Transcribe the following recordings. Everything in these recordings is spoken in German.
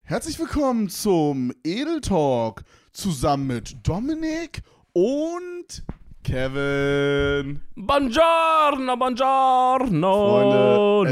Herzlich willkommen zum Edel Talk zusammen mit Dominik und Kevin. Buongiorno, buongiorno. Freunde,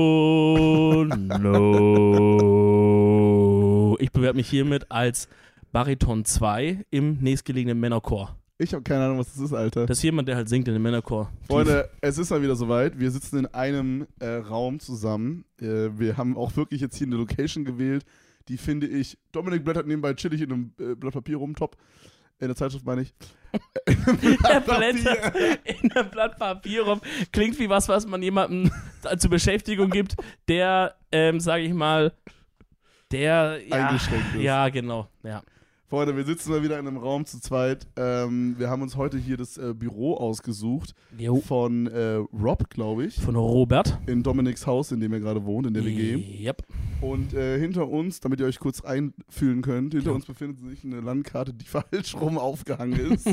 no. Ich bewerbe mich hiermit als Bariton 2 im nächstgelegenen Männerchor. Ich habe keine Ahnung, was das ist, Alter. Das ist jemand, der halt singt in dem Männerchor. Freunde, es ist mal wieder soweit. Wir sitzen in einem Raum zusammen. Wir haben auch wirklich jetzt hier eine Location gewählt. Die finde ich, Dominik blättert nebenbei chillig in einem Blatt Papier rum, top. In der Zeitschrift meine ich. Er blättert in einem Blatt Papier rum. Klingt wie was man jemandem zur Beschäftigung gibt, der, sage ich mal, der eingeschränkt ist. Ja, genau, ja. Freunde, wir sitzen mal wieder in einem Raum zu zweit. Wir haben uns heute hier das Büro ausgesucht von Rob, glaube ich. Von Robert. In Dominiks Haus, in dem er gerade wohnt, in der WG. Yep. Und hinter uns, damit ihr euch kurz einfühlen könnt, hinter uns befindet sich eine Landkarte, die falsch rum aufgehangen ist.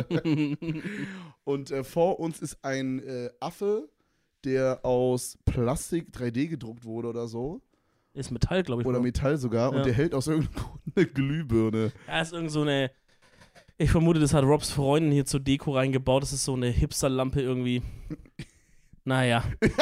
Und vor uns ist ein Affe, der aus Plastik 3D gedruckt wurde oder so. Ist Metall, glaube ich. Oder Metall sogar. Ja. Und der hält aus irgendeinem Grund eine Glühbirne. Ja, ist irgend so eine. Ich vermute, das hat Robs Freundin hier zur Deko reingebaut. Das ist so eine Hipsterlampe irgendwie. Naja.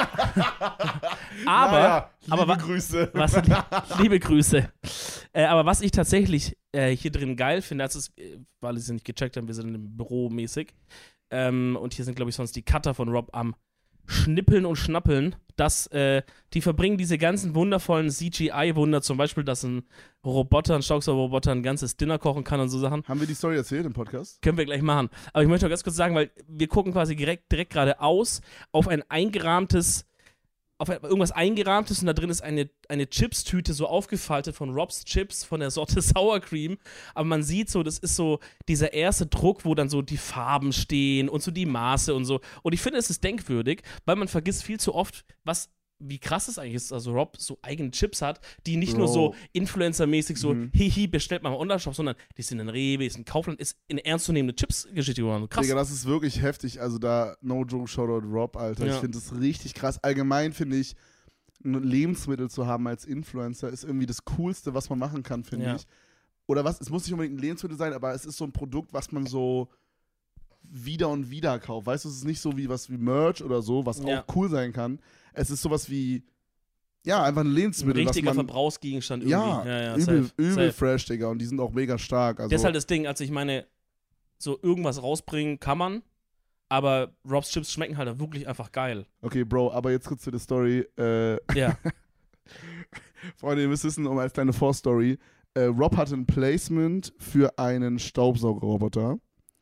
Liebe Grüße. Liebe Grüße. Aber was ich tatsächlich hier drin geil finde, das ist, weil sie es nicht gecheckt haben, wir sind im Büro mäßig. Und hier sind, glaube ich, sonst die Cutter von Rob am Schnippeln und Schnappeln, dass die verbringen diese ganzen wundervollen CGI-Wunder, zum Beispiel, dass ein Staubsaugerroboter ein ganzes Dinner kochen kann und so Sachen. Haben wir die Story erzählt im Podcast? Können wir gleich machen. Aber ich möchte noch ganz kurz sagen, weil wir gucken quasi direkt geradeaus auf ein eingerahmtes, auf irgendwas eingerahmtes und da drin ist eine Chips-Tüte so aufgefaltet von Robs Chips von der Sorte Sour Cream. Aber man sieht so, das ist so dieser erste Druck, wo dann so die Farben stehen und so die Maße und so. Und ich finde, es ist denkwürdig, weil man vergisst viel zu oft, wie krass es eigentlich ist, also Rob so eigene Chips hat, die nicht nur so Influencer-mäßig so, hihi, bestellt mal im Online-Shop, sondern die sind in Rewe, ist in Kaufland, ist eine ernstzunehmende Chips-Geschichte geworden. Krass. Digga, das ist wirklich heftig, also da, no joke, shoutout Rob, Alter, Ich finde das richtig krass. Allgemein finde ich, ein Lebensmittel zu haben als Influencer ist irgendwie das Coolste, was man machen kann, finde ich. Oder was, es muss nicht unbedingt ein Lebensmittel sein, aber es ist so ein Produkt, was man so wieder und wieder kauft. Weißt du, es ist nicht so wie Merch oder so, was auch cool sein kann. Es ist sowas wie, einfach ein Lebensmittel. Ein richtiger Verbrauchsgegenstand irgendwie. Übel fresh, Digga. Und die sind auch mega stark. Also das ist halt das Ding, also ich meine, so irgendwas rausbringen kann man, aber Robs Chips schmecken halt wirklich einfach geil. Okay, Bro, aber jetzt kurz zu der Story. Ja. Freunde, ihr müsst wissen, als kleine Vorstory, Rob hatte ein Placement für einen Staubsaugerroboter.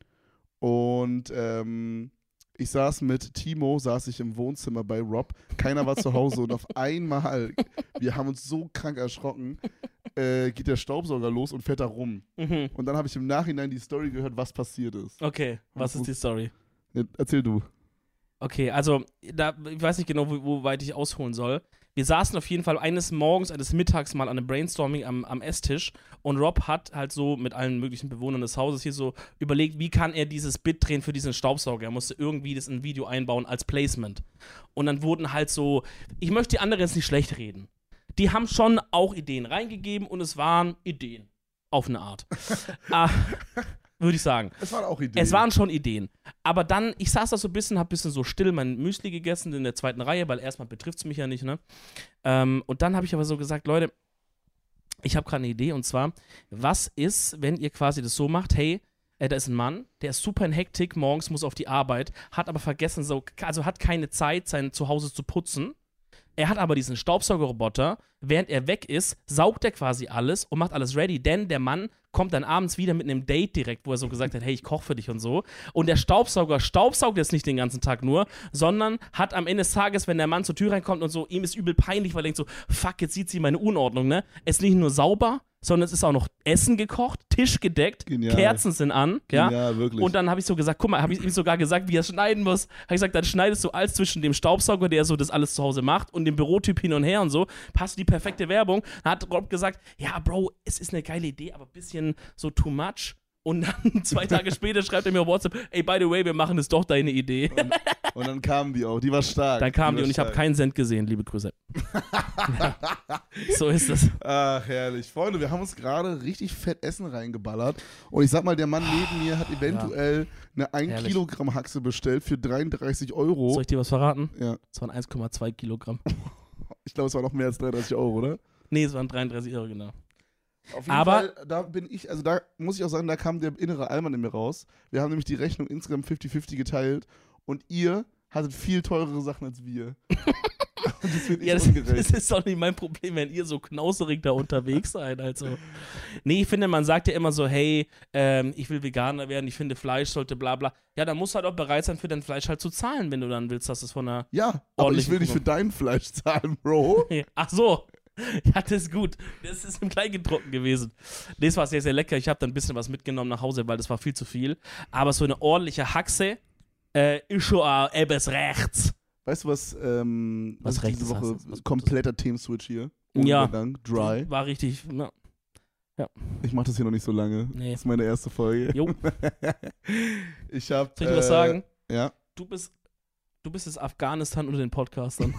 Und ich saß mit Timo, im Wohnzimmer bei Rob. Keiner war zu Hause und auf einmal, wir haben uns so krank erschrocken, geht der Staubsauger los und fährt da rum. Und dann habe ich im Nachhinein die Story gehört, was passiert ist. Okay, was ist die Story? Ja, erzähl du. Okay, also ich weiß nicht genau, wo weit ich ausholen soll. Wir saßen auf jeden Fall eines Mittags mal an einem Brainstorming am Esstisch und Rob hat halt so mit allen möglichen Bewohnern des Hauses hier so überlegt, wie kann er dieses Bit drehen für diesen Staubsauger. Er musste irgendwie das in ein Video einbauen als Placement. Und dann wurden halt so, ich möchte die anderen jetzt nicht schlecht reden. Die haben schon auch Ideen reingegeben und es waren Ideen. Auf eine Art. Würde ich sagen. Es waren auch Ideen. Es waren schon Ideen. Aber dann, ich saß da so ein bisschen, hab ein bisschen so still mein Müsli gegessen in der zweiten Reihe, weil erstmal betrifft es mich ja nicht, ne? Und dann habe ich aber so gesagt, Leute, ich habe gerade eine Idee und zwar, was ist, wenn ihr quasi das so macht, hey, da ist ein Mann, der ist super in Hektik, morgens muss auf die Arbeit, hat aber vergessen, also hat keine Zeit, sein Zuhause zu putzen. Er hat aber diesen Staubsaugerroboter, während er weg ist, saugt er quasi alles und macht alles ready, denn der Mann kommt dann abends wieder mit einem Date direkt, wo er so gesagt hat, hey, ich koche für dich und so. Und der Staubsauger staubsaugt jetzt nicht den ganzen Tag nur, sondern hat am Ende des Tages, wenn der Mann zur Tür reinkommt und so, ihm ist übel peinlich, weil er denkt so, fuck, jetzt sieht sie meine Unordnung, ne? Es ist nicht nur sauber, sondern es ist auch noch Essen gekocht, Tisch gedeckt, Genial. Kerzen sind an. Genial, wirklich. Und dann habe ich so gesagt, guck mal, habe ich ihm sogar gesagt, wie er schneiden muss. Habe ich gesagt, dann schneidest du alles zwischen dem Staubsauger, der so das alles zu Hause macht, und dem Bürotyp hin und her und so. Passt die perfekte Werbung. Dann hat Rob gesagt, ja, Bro, es ist eine geile Idee, aber ein bisschen so too much. Und dann 2 Tage später schreibt er mir auf WhatsApp, ey, by the way, wir machen das doch deine Idee. Und dann kamen die auch. Die war stark. Dann kamen die und ich habe keinen Cent gesehen. Liebe Grüße. Ja. So ist es. Ach, herrlich. Freunde, wir haben uns gerade richtig fett Essen reingeballert. Und ich sag mal, der Mann neben mir hat eventuell eine 1 Herrlich. Kilogramm Haxe bestellt für 33 Euro. Soll ich dir was verraten? Ja. Es waren 1,2 Kilogramm. Ich glaube, es war noch mehr als 33 Euro, oder? Nee, es waren 33 Euro, genau. Auf jeden Aber- Fall, da bin ich, also da muss ich auch sagen, da kam der innere Allmann in mir raus. Wir haben nämlich die Rechnung insgesamt 50-50 geteilt und ihr hattet viel teurere Sachen als wir. Und das finde ich Ja, das ungerecht. ist doch nicht mein Problem, wenn ihr so knauserig da unterwegs seid. Also. Nee, ich finde, man sagt ja immer so, hey, ich will Veganer werden, ich finde Fleisch sollte bla bla. Ja, dann musst du halt auch bereit sein, für dein Fleisch halt zu zahlen, wenn du dann willst, dass es von einer... Ja, aber ich ordentlichen will nicht für dein Fleisch zahlen, Bro. Ach so. Ja, das ist gut. Das ist im Kleingedruckten gewesen. Das war sehr, sehr lecker. Ich habe dann ein bisschen was mitgenommen nach Hause, weil das war viel zu viel. Aber so eine ordentliche Haxe ist schon etwas rechts. Weißt du, was Was ich rechts diese hast, Woche, was Gutes. kompletter Themenswitch hier. Ja. Dank, dry. War richtig. Ja. Ich mache das hier noch nicht so lange. Nee. Das ist meine erste Folge. Jo. Ich hab, Soll ich dir was sagen? Ja. Du bist das Afghanistan unter den Podcastern.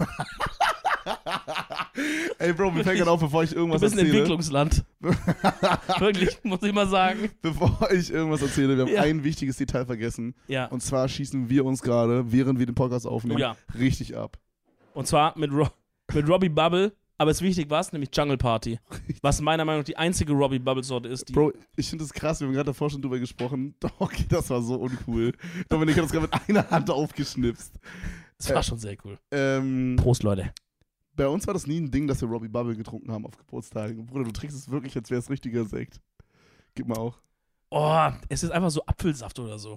Ey, Bro, mir fällt gerade auf, bevor ich Du irgendwas bist ein erzähle. Entwicklungsland. Wirklich, muss ich mal sagen. Bevor ich irgendwas erzähle, wir haben Ja. ein wichtiges Detail vergessen. Ja. Und zwar schießen wir uns gerade, während wir den Podcast aufnehmen, Oh ja. richtig ab. Und zwar mit Robbie Bubble, aber es ist wichtig was, nämlich Jungle Party. Was meiner Meinung nach die einzige Robbie Bubble-Sorte ist, die. Bro, ich finde das krass, wir haben gerade davor schon drüber gesprochen. Okay, das war so uncool. Dominik hat das gerade mit einer Hand aufgeschnipst. Das war schon sehr cool. Ähm, Prost, Leute. bei uns war das nie ein Ding, dass wir Robbie Bubble getrunken haben auf Geburtstagen. Bruder, du trinkst es wirklich, als wäre es richtiger Sekt. Gib mal auch. Oh, es ist einfach so Apfelsaft oder so.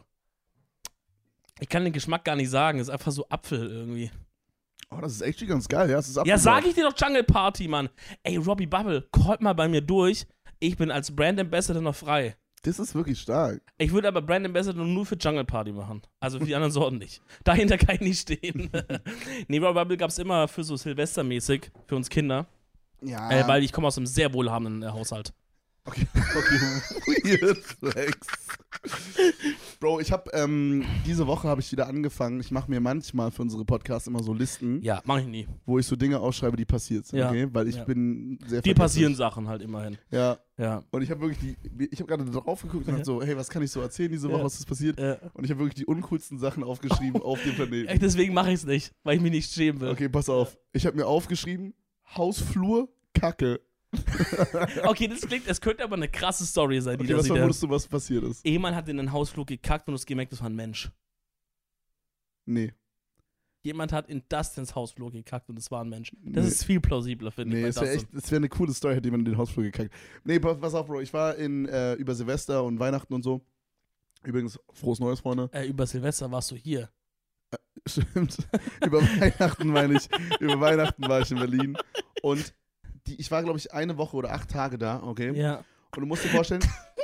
Ich kann den Geschmack gar nicht sagen. Es ist einfach so Apfel irgendwie. Oh, das ist echt ganz geil, ja. Es ist Ja, Apfelsaft. sag ich dir doch Jungle Party, Mann. Ey, Robbie Bubble, callt mal bei mir durch. Ich bin als Brand Ambassador noch frei. Das ist wirklich stark. Ich würde aber Brand Ambassador nur für Jungle Party machen. Also für die anderen Sorten nicht. Dahinter kann ich nicht stehen. Nee, Robbie Bubble gab es immer für so Silvestermäßig, für uns Kinder. Ja. Weil ich komme aus einem sehr wohlhabenden Haushalt. Okay, weird flex. Bro, ich habe diese Woche habe ich wieder angefangen. Ich mache mir manchmal für unsere Podcasts immer so Listen, Ja, mache ich nie. wo ich so Dinge aufschreibe, die passiert sind, Ja, okay? Weil ich ja. bin sehr Die vergesslich. passieren Sachen halt immerhin. Ja. Ja. Und ich habe wirklich ich habe gerade drauf geguckt und dachte so, hey, was kann ich so erzählen diese Woche, was ist passiert? Und ich habe wirklich die uncoolsten Sachen aufgeschrieben auf dem Planeten. Echt, deswegen mache ich es nicht, weil ich mich nicht schämen will. Okay, pass auf. Ich habe mir aufgeschrieben, Hausflur, Kacke. Okay, das könnte aber eine krasse Story sein, die Okay, da was sieht. vermutest du, was passiert ist? Jemand hat in den Hausflur gekackt und du hast gemerkt, das war ein Mensch. Nee. Jemand hat in Dustins Hausflur gekackt und es war ein Mensch. Das Nee. ist viel plausibler, finde Nee, ich. es bei wäre Dustin. echt, es wäre eine coole Story, hätte jemand in den Hausflur gekackt. Nee, pass auf, Bro, ich war über Silvester und Weihnachten und so. Übrigens, frohes Neues, Freunde. Über Silvester warst du hier. Stimmt. Über Weihnachten meine ich, über Weihnachten war ich in Berlin. Und ich war, glaube ich, eine Woche oder 8 Tage da, okay? Ja. Und du musst dir vorstellen,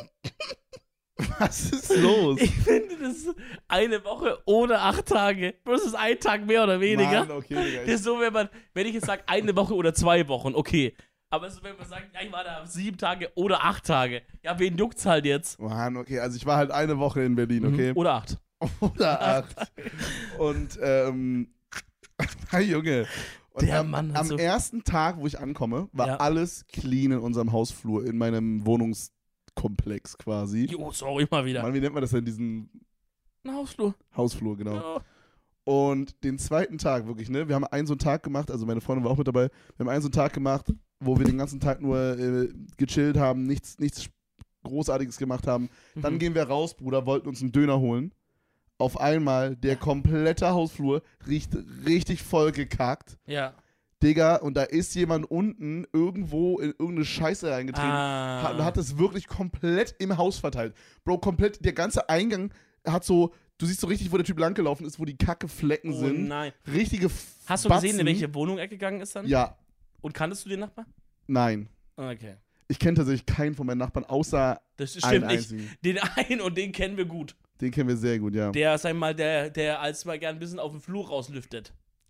was ist los? Ich finde, das ist eine Woche oder 8 Tage. Das ist ein Tag mehr oder weniger. Mann, okay, Digga. Das ist so, wenn ich jetzt sage, eine Woche oder 2 Wochen, okay. Aber so, wenn man sagt, ja, ich war da 7 Tage oder 8 Tage. Ja, wen juckt's halt jetzt? Mann, okay, also ich war halt eine Woche in Berlin, okay? Oder 8. Oder 8. Und, hey Junge. Und Der am, Mann hat am so- ersten Tag, wo ich ankomme, war Ja. alles clean in unserem Hausflur, in meinem Wohnungskomplex quasi. Jo, sorry, mal wieder. Mann, wie nennt man das denn, diesen Ein Hausflur. Hausflur, genau. Ja. Und den zweiten Tag wirklich, ne? Wir haben einen so einen Tag gemacht, also meine Freundin war auch mit dabei. Wir haben einen so einen Tag gemacht, wo wir den ganzen Tag nur gechillt haben, nichts Großartiges gemacht haben. Dann Mhm. gehen wir raus, Bruder, wollten uns einen Döner holen. Auf einmal, der komplette Hausflur riecht richtig voll gekackt. Ja. Digga, und da ist jemand unten irgendwo in irgendeine Scheiße reingetreten. Und hat es wirklich komplett im Haus verteilt. Bro, komplett, der ganze Eingang hat so, du siehst so richtig, wo der Typ langgelaufen ist, wo die Kackeflecken Oh sind. nein. Richtige Hast du Batzen. gesehen, in welche Wohnung er gegangen ist dann? Ja, Und kanntest du den Nachbar? nein. Okay. Ich kenne tatsächlich keinen von meinen Nachbarn, außer Das einen stimmt nicht. einzigen. Den einen und den kennen wir gut. Den kennen wir sehr gut, ja. Der, sag ich mal, der als mal gern ein bisschen auf dem Flur rauslüftet.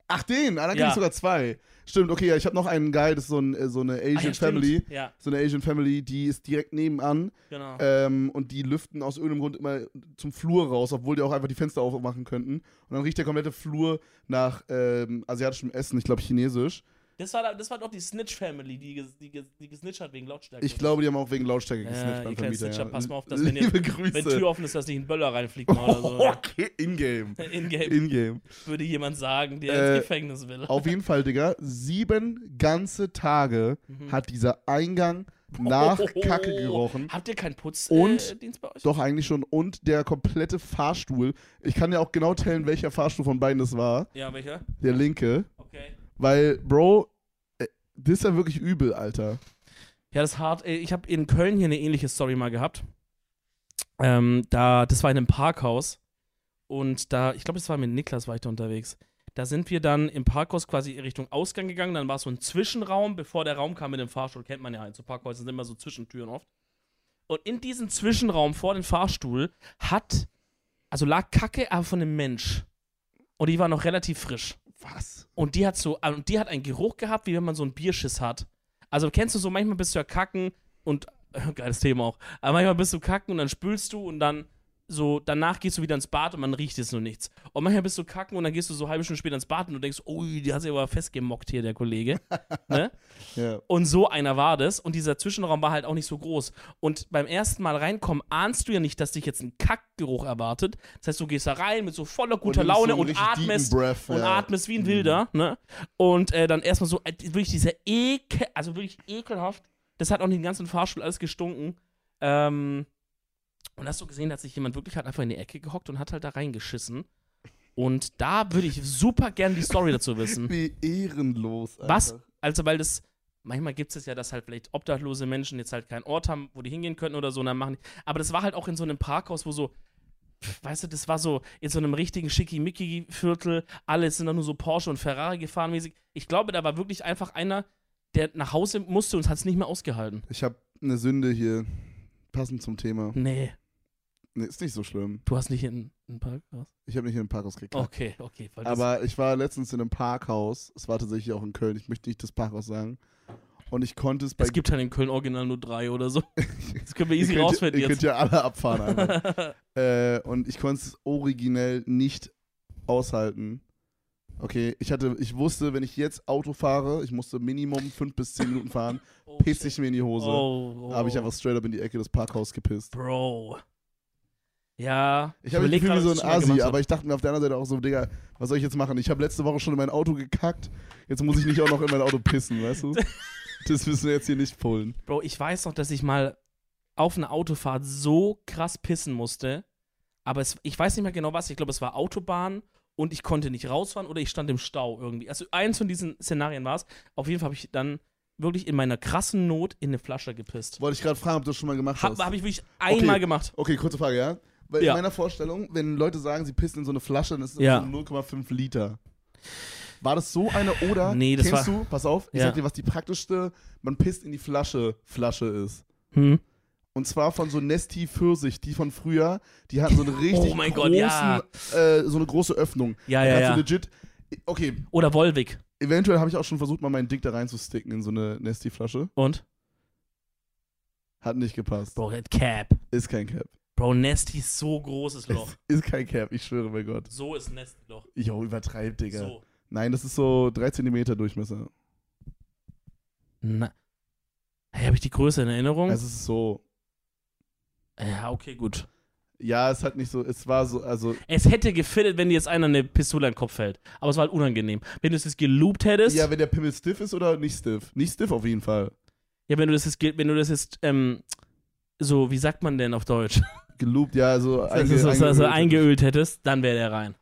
Ach, den? Ah, dann Ja. kenne ich sogar 2. Stimmt, okay, ja, ich habe noch einen Guy, das ist so eine Asian Family. Stimmt. Ja, So eine Asian Family, die ist direkt nebenan. genau. Und die lüften aus irgendeinem Grund immer zum Flur raus, obwohl die auch einfach die Fenster aufmachen könnten. Und dann riecht der komplette Flur nach asiatischem Essen, ich glaube chinesisch. Das war doch die Snitch-Family, die gesnitcht hat wegen Lautstärke. Ich glaube, die haben auch wegen Lautstärke gesnitcht ihr beim kennt Vermieter. Snitcher, Ja. pass mal auf, dass Liebe Grüße. wenn Tür offen ist, dass nicht ein Böller reinfliegt mal oder so. Okay, in-game. In-game In-game. würde jemand sagen, der ins Gefängnis will. Auf jeden Fall, Digga, 7 ganze Tage hat dieser Eingang nach Kacke gerochen. Habt ihr keinen Und- Putzdienst bei euch? Doch, eigentlich schon. Und der komplette Fahrstuhl. Ich kann ja auch genau tellen, welcher Fahrstuhl von beiden das war. Ja, welcher? Der linke. Okay. Weil, Bro, das ist ja wirklich übel, Alter. Ja, das ist hart. Ich habe in Köln hier eine ähnliche Story mal gehabt. Das war in einem Parkhaus. Und ich glaube, das war mit Niklas, war ich da unterwegs. Da sind wir dann im Parkhaus quasi Richtung Ausgang gegangen. Dann war so ein Zwischenraum, bevor der Raum kam mit dem Fahrstuhl. Kennt man ja halt. So Parkhäuser sind immer so Zwischentüren oft. Und in diesem Zwischenraum vor dem Fahrstuhl lag Kacke, aber von einem Mensch. Und die war noch relativ frisch. Was? Und die hat einen Geruch gehabt, wie wenn man so einen Bierschiss hat. Also kennst du so, manchmal bist du ja kacken und, geiles Thema auch, aber manchmal bist du kacken und dann spülst du und dann so, danach gehst du wieder ins Bad und man riecht jetzt nur nichts. Und manchmal bist du kacken und dann gehst du so eine halbe Stunde später ins Bad und du denkst, oh, die hat sich aber festgemockt hier, der Kollege. Ne? Ja. Und so einer war das. Und dieser Zwischenraum war halt auch nicht so groß. Und beim ersten Mal reinkommen, ahnst du ja nicht, dass dich jetzt ein Kackgeruch erwartet. Das heißt, du gehst da rein mit so voller guter nimmst Laune so einen und richtig atmest. deepen Breath, Und ja. atmest wie ein Wilder. Ne? Und dann erstmal so, wirklich dieser Ekel, also wirklich ekelhaft. Das hat auch den ganzen Fahrstuhl alles gestunken. Und hast du gesehen, dass sich jemand wirklich halt einfach in die Ecke gehockt und hat halt da reingeschissen. Und da würde ich super gern die Story dazu wissen. Wie ehrenlos, Alter. Was? Also, weil manchmal gibt es ja, dass halt vielleicht obdachlose Menschen jetzt halt keinen Ort haben, wo die hingehen könnten oder so, und dann machen die. Aber das war halt auch in so einem Parkhaus, wo so, weißt du, das war so in so einem richtigen Schickimicki-Viertel, alle sind da nur so Porsche und Ferrari gefahren mäßig. Ich glaube, da war wirklich einfach einer, der nach Hause musste und hat es nicht mehr ausgehalten. Ich habe eine Sünde hier, passend zum Thema. Nee, Nee, ist nicht so schlimm. du hast nicht in ein Parkhaus? Ich habe nicht in ein Parkhaus gekackt. Okay. Weil das, Aber ich war letztens in einem Parkhaus. Es war tatsächlich auch in Köln. Ich möchte nicht das Parkhaus sagen. Und ich konnte es bei. es gibt halt in Köln original nur 3 oder so. Das können wir Ihr easy könnt, rausfinden ihr könnt jetzt. ja alle abfahren einfach. Und ich konnte es originell nicht aushalten. Okay, ich wusste, wenn ich jetzt Auto fahre, ich musste Minimum 5 bis 10 Minuten fahren, Oh, piss shit. ich mir in die Hose. Oh. Da habe ich einfach straight up in die Ecke des Parkhaus gepisst. Bro. Ja. Ich habe mich überleg gefühlt wie grad, so was ein ich schon mal Asi, gemacht hab. aber ich dachte mir auf der anderen Seite auch so, Digga, was soll ich jetzt machen? Ich habe letzte Woche schon in mein Auto gekackt, jetzt muss ich nicht auch noch in mein Auto pissen, weißt du? Das müssen wir jetzt hier nicht pullen. Bro, ich weiß noch, dass ich mal auf einer Autofahrt so krass pissen musste, aber ich weiß nicht mehr genau was, ich glaube, es war Autobahn und ich konnte nicht rausfahren oder ich stand im Stau irgendwie. Also eins von diesen Szenarien war es. Auf jeden Fall habe ich dann wirklich in meiner krassen Not in eine Flasche gepisst. Wollte ich gerade fragen, ob du das schon mal gemacht hast. Habe ich wirklich einmal gemacht. Okay, kurze Frage, ja? Weil Ja. in meiner Vorstellung, wenn Leute sagen, sie pissen in so eine Flasche, dann ist das Ja. so 0,5 Liter. War das so eine oder Nee, das kennst war- du, pass auf, ich Ja. sag dir, was die praktischste, man pisst in die Flasche ist. Hm? Und zwar von so Nesti Pfirsich, die von früher, die hatten so eine richtig Oh mein großen, Gott, ja. So eine große Öffnung. Ja, Da ja, kannst ja. du legit, okay, Oder Volvic. eventuell habe ich auch schon versucht, mal meinen Dick da reinzusticken in so eine Nesti-Flasche. Und? Hat nicht gepasst. Bro, that Cap. Ist kein Cap. Bro, Nesty ist so großes Loch. Ist kein Cap, ich schwöre bei Gott. So ist Nesty-Loch. Jo, übertreib, Digga. So. Nein, das ist so 3 Zentimeter Durchmesser. Na. Hey, habe ich die Größe in Erinnerung? Also es ist so, Ja, okay, gut. ja, es hat nicht so, es war so, also, Es hätte gefittet, wenn dir jetzt einer eine Pistole in den Kopf hält. Aber es war halt unangenehm. Wenn du es jetzt geloopt hättest. ja, wenn der Pimmel stiff ist oder nicht stiff? Nicht stiff auf jeden Fall. Ja, wenn du das jetzt, so, wie sagt man denn auf Deutsch? Geloopt, ja, so Also eingeölt hättest, dann wäre der rein.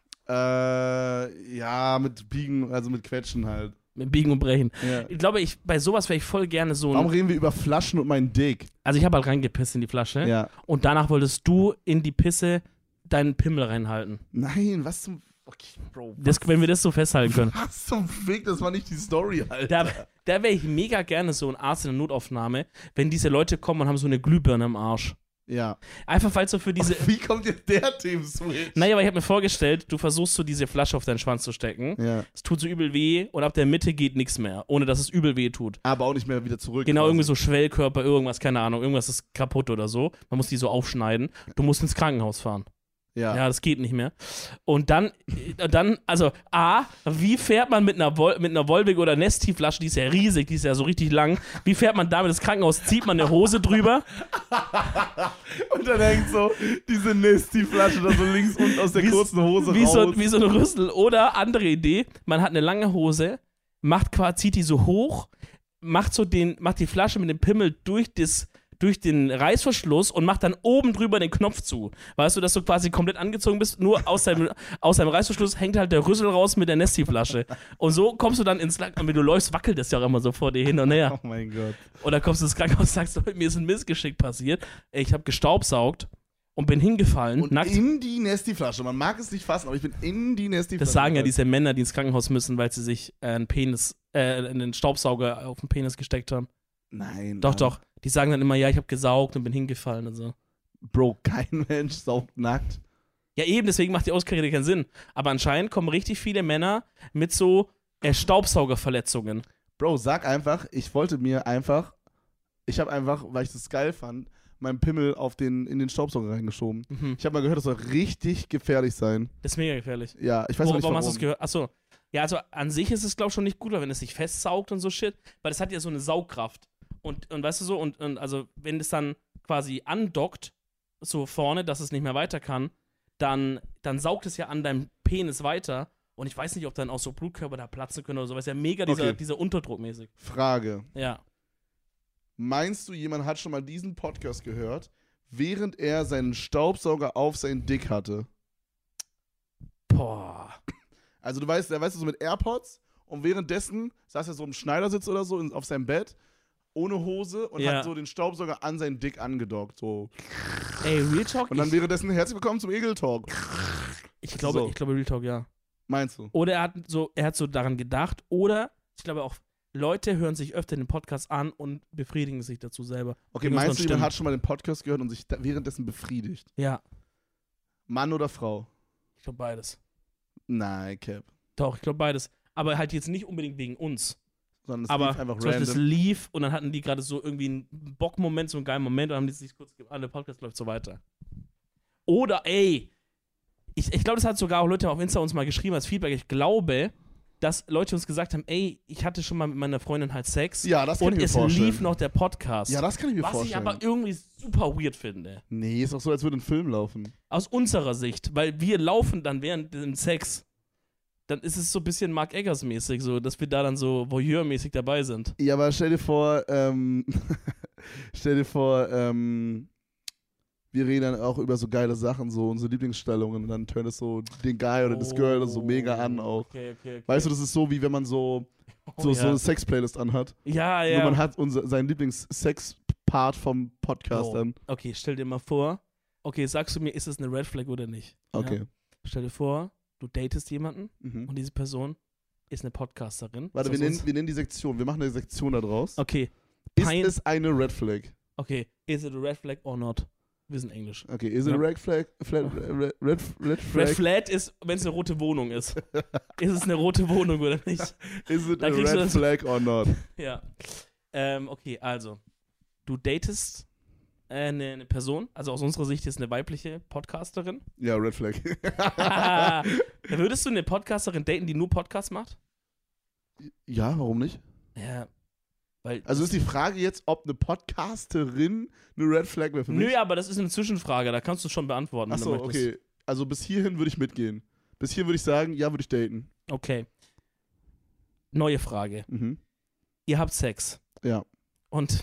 Ja, mit Biegen, also mit Quetschen halt. Mit Biegen und Brechen. Ja. Ich glaube, bei sowas wäre ich voll gerne so Warum ein. reden wir über Flaschen und meinen Dick? Also, ich habe halt reingepisst in die Flasche. Ja. Und danach wolltest du in die Pisse deinen Pimmel reinhalten. Nein, was zum, okay, Bro, Wenn wir das so festhalten können. was zum Fick, das war nicht die Story, Alter. Da wäre ich mega gerne so ein Arzt in der Notaufnahme, wenn diese Leute kommen und haben so eine Glühbirne im Arsch. Ja. Einfach weil so für diese. Wie kommt jetzt der Team-Switch? Naja, aber ich habe mir vorgestellt, du versuchst so diese Flasche auf deinen Schwanz zu stecken. Ja. Es tut so übel weh und ab der Mitte geht nichts mehr, ohne dass es übel weh tut. Aber auch nicht mehr wieder zurück. Genau, quasi. irgendwie so Schwellkörper, irgendwas, keine Ahnung, irgendwas ist kaputt oder so. Man muss die so aufschneiden. Du musst ins Krankenhaus fahren. Ja, das geht nicht mehr. Und dann, also wie fährt man mit einer Volvic oder Nesti-Flasche, die ist ja riesig, die ist ja so richtig lang, wie fährt man damit ins Krankenhaus? Zieht man eine Hose drüber? Und dann hängt so diese Nesti-Flasche da so links unten aus der kurzen Hose raus. Wie so ein Rüssel. Oder, andere Idee, man hat eine lange Hose, zieht die so hoch, macht die Flasche mit dem Pimmel durch den Reißverschluss und macht dann oben drüber den Knopf zu. Weißt du, dass du quasi komplett angezogen bist, nur aus deinem Reißverschluss hängt halt der Rüssel raus mit der Nesti-Flasche. Und so kommst du dann ins Land, und wenn du läufst, wackelt das ja auch immer so vor dir hin und her. Oh mein Gott. Oder kommst du ins Krankenhaus und sagst, mir ist ein Missgeschick passiert, ich habe gestaubsaugt und bin hingefallen, und nackt. In die Nesti-Flasche. Man mag es nicht fassen, aber ich bin in die Nesti-Flasche. Das sagen ja diese Männer, die ins Krankenhaus müssen, weil sie sich einen Staubsauger auf den Penis gesteckt haben. Nein. Doch. Die sagen dann immer, ja, ich habe gesaugt und bin hingefallen und so. Bro, kein Mensch saugt nackt. Ja, eben, deswegen macht die Auskarriere keinen Sinn. Aber anscheinend kommen richtig viele Männer mit so Staubsaugerverletzungen. Bro, sag einfach, ich habe einfach, weil ich das geil fand, meinen Pimmel in den Staubsauger reingeschoben. Mhm. Ich habe mal gehört, das soll richtig gefährlich sein. Das ist mega gefährlich. Ja, ich weiß noch nicht, warum hast du es gehört? Achso. Ja, also an sich ist es, glaube ich, schon nicht gut, wenn es sich festsaugt und so Shit, weil das hat ja so eine Saugkraft. Und weißt du so, und also wenn es dann quasi andockt, so vorne, dass es nicht mehr weiter kann, dann saugt es ja an deinem Penis weiter. Und ich weiß nicht, ob dann auch so Blutkörper da platzen können oder so, weil es ja mega dieser Unterdruck mäßig. Frage. Ja. Meinst du, jemand hat schon mal diesen Podcast gehört, während er seinen Staubsauger auf sein Dick hatte? Boah. Also du weißt so mit AirPods und währenddessen saß er so im Schneidersitz oder so auf seinem Bett, ohne Hose und hat so den Staubsauger an seinen Dick angedockt. So. Ey, Real Talk? Und dann währenddessen herzlich willkommen zum Egel Talk. Ich glaube Real Talk, ja. Meinst du? Oder er hat so daran gedacht, oder ich glaube auch, Leute hören sich öfter den Podcast an und befriedigen sich dazu selber. Okay, meinst du, jemand hat schon mal den Podcast gehört und sich währenddessen befriedigt? Ja. Mann oder Frau? Ich glaube beides. Nein, Cap. Doch, ich glaube beides. Aber halt jetzt nicht unbedingt wegen uns. Sondern es aber lief einfach zum Beispiel random. es lief und dann hatten die gerade so irgendwie einen Bockmoment, so einen geilen Moment und haben die sich kurz der Podcast läuft so weiter. Oder, ey, ich glaube, das hat sogar auch Leute auf Insta uns mal geschrieben als Feedback. Ich glaube, dass Leute uns gesagt haben, ey, ich hatte schon mal mit meiner Freundin halt Sex. Ja, das kann ich mir vorstellen. Und es lief noch der Podcast. Ja, das kann ich mir was vorstellen. Was ich aber irgendwie super weird finde. Nee, ist doch so, als würde ein Film laufen. Aus unserer Sicht, weil wir laufen dann während dem Sex. Dann ist es so ein bisschen Mark Eggers-mäßig, so, dass wir da dann so Voyeur-mäßig dabei sind. Ja, aber stell dir vor, wir reden dann auch über so geile Sachen, so unsere Lieblingsstellungen und dann turnt es so den Guy oder das Girl so mega an auch. Okay. Weißt du, das ist so, wie wenn man so eine Sex-Playlist anhat. Ja. Nur man hat seinen Lieblings-Sex-Part vom Podcast dann. Okay, stell dir mal vor, sagst du mir, ist es eine Red Flag oder nicht? Okay. Ja? Stell dir vor, du datest jemanden und diese Person ist eine Podcasterin. Warte, wir nennen die Sektion. Wir machen eine Sektion da draus. Okay. Ist es eine Red Flag? Okay. Is it a red flag or not? Wir sind Englisch. Okay. Is it a red flag? Red flag? Red flag ist, wenn es eine rote Wohnung ist. Ist es eine rote Wohnung oder nicht? Is it a red flag or not? Ja. Okay, also. Du datest eine Person, also aus unserer Sicht ist eine weibliche Podcasterin. Ja, Red Flag. Würdest du eine Podcasterin daten, die nur Podcasts macht? Ja, warum nicht? Ja, weil... Also ist die Frage jetzt, ob eine Podcasterin eine Red Flag wäre für mich? Nö, aber das ist eine Zwischenfrage, da kannst du schon beantworten. Achso, okay. Also bis hierhin würde ich mitgehen. Bis hier würde ich sagen, ja, würde ich daten. Okay. Neue Frage. Ihr habt Sex. Ja. Und...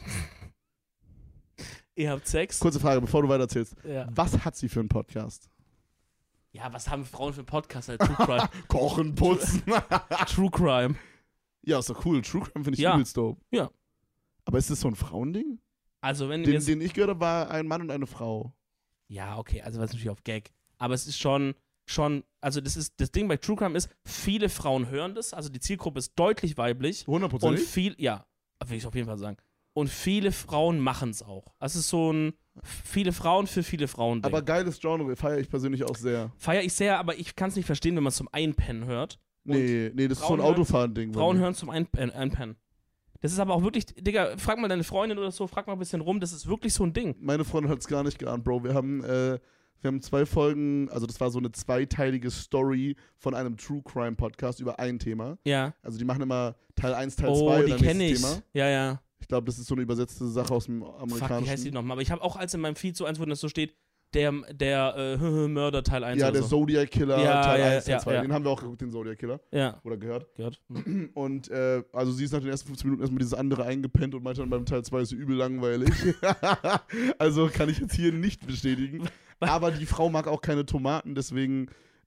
Ihr habt Sex. Kurze Frage, bevor du weiterzählst. Ja. Was hat sie für einen Podcast? Ja, was haben Frauen für einen Podcast? True Crime. Kochen, putzen. True Crime. Ja, ist doch cool. True Crime finde ich übelst dope. Ja. Aber ist das so ein Frauending? Also wenn den ich gehört habe, war ein Mann und eine Frau. Ja, okay, also was natürlich auf Gag. Aber es ist schon, also das Ding bei True Crime ist, viele Frauen hören das, also die Zielgruppe ist deutlich weiblich. 100%? Und will ich auf jeden Fall sagen. Und viele Frauen machen es auch. Also es ist so ein Viele Frauen für viele Frauen. Aber geiles Genre, feiere ich persönlich auch sehr. Feiere ich sehr, aber ich kann es nicht verstehen, wenn man es zum Einpennen hört. Nee, das ist so ein Autofahren-Ding. Frauen hören zum Einpennen. Das ist aber auch wirklich, Digga, frag mal deine Freundin oder so, frag mal ein bisschen rum, das ist wirklich so ein Ding. Meine Freundin hat es gar nicht geahnt, Bro. Wir haben 2 Folgen, also das war so eine zweiteilige Story von einem True Crime Podcast über ein Thema. Ja. Also die machen immer Teil 1, Teil 2 Oh, und die dann kenne nächstes ich. Thema. Ja. Ich glaube, das ist so eine übersetzte Sache aus dem Fuck, Amerikanischen. wie heißt die nochmal? Aber ich habe auch als in meinem Feed so eins, wo das so steht, der Mörder Teil 1 Ja, oder der so. Zodiac Killer, Teil 1, Teil 2. Ja. Den haben wir auch geguckt, den Zodiac Killer. Ja. Oder gehört. Mhm. Und also sie ist nach den ersten 15 Minuten erstmal dieses andere eingepennt und meinte dann beim Teil 2 ist sie übel langweilig. Also kann ich jetzt hier nicht bestätigen. Aber die Frau mag auch keine Tomaten, deswegen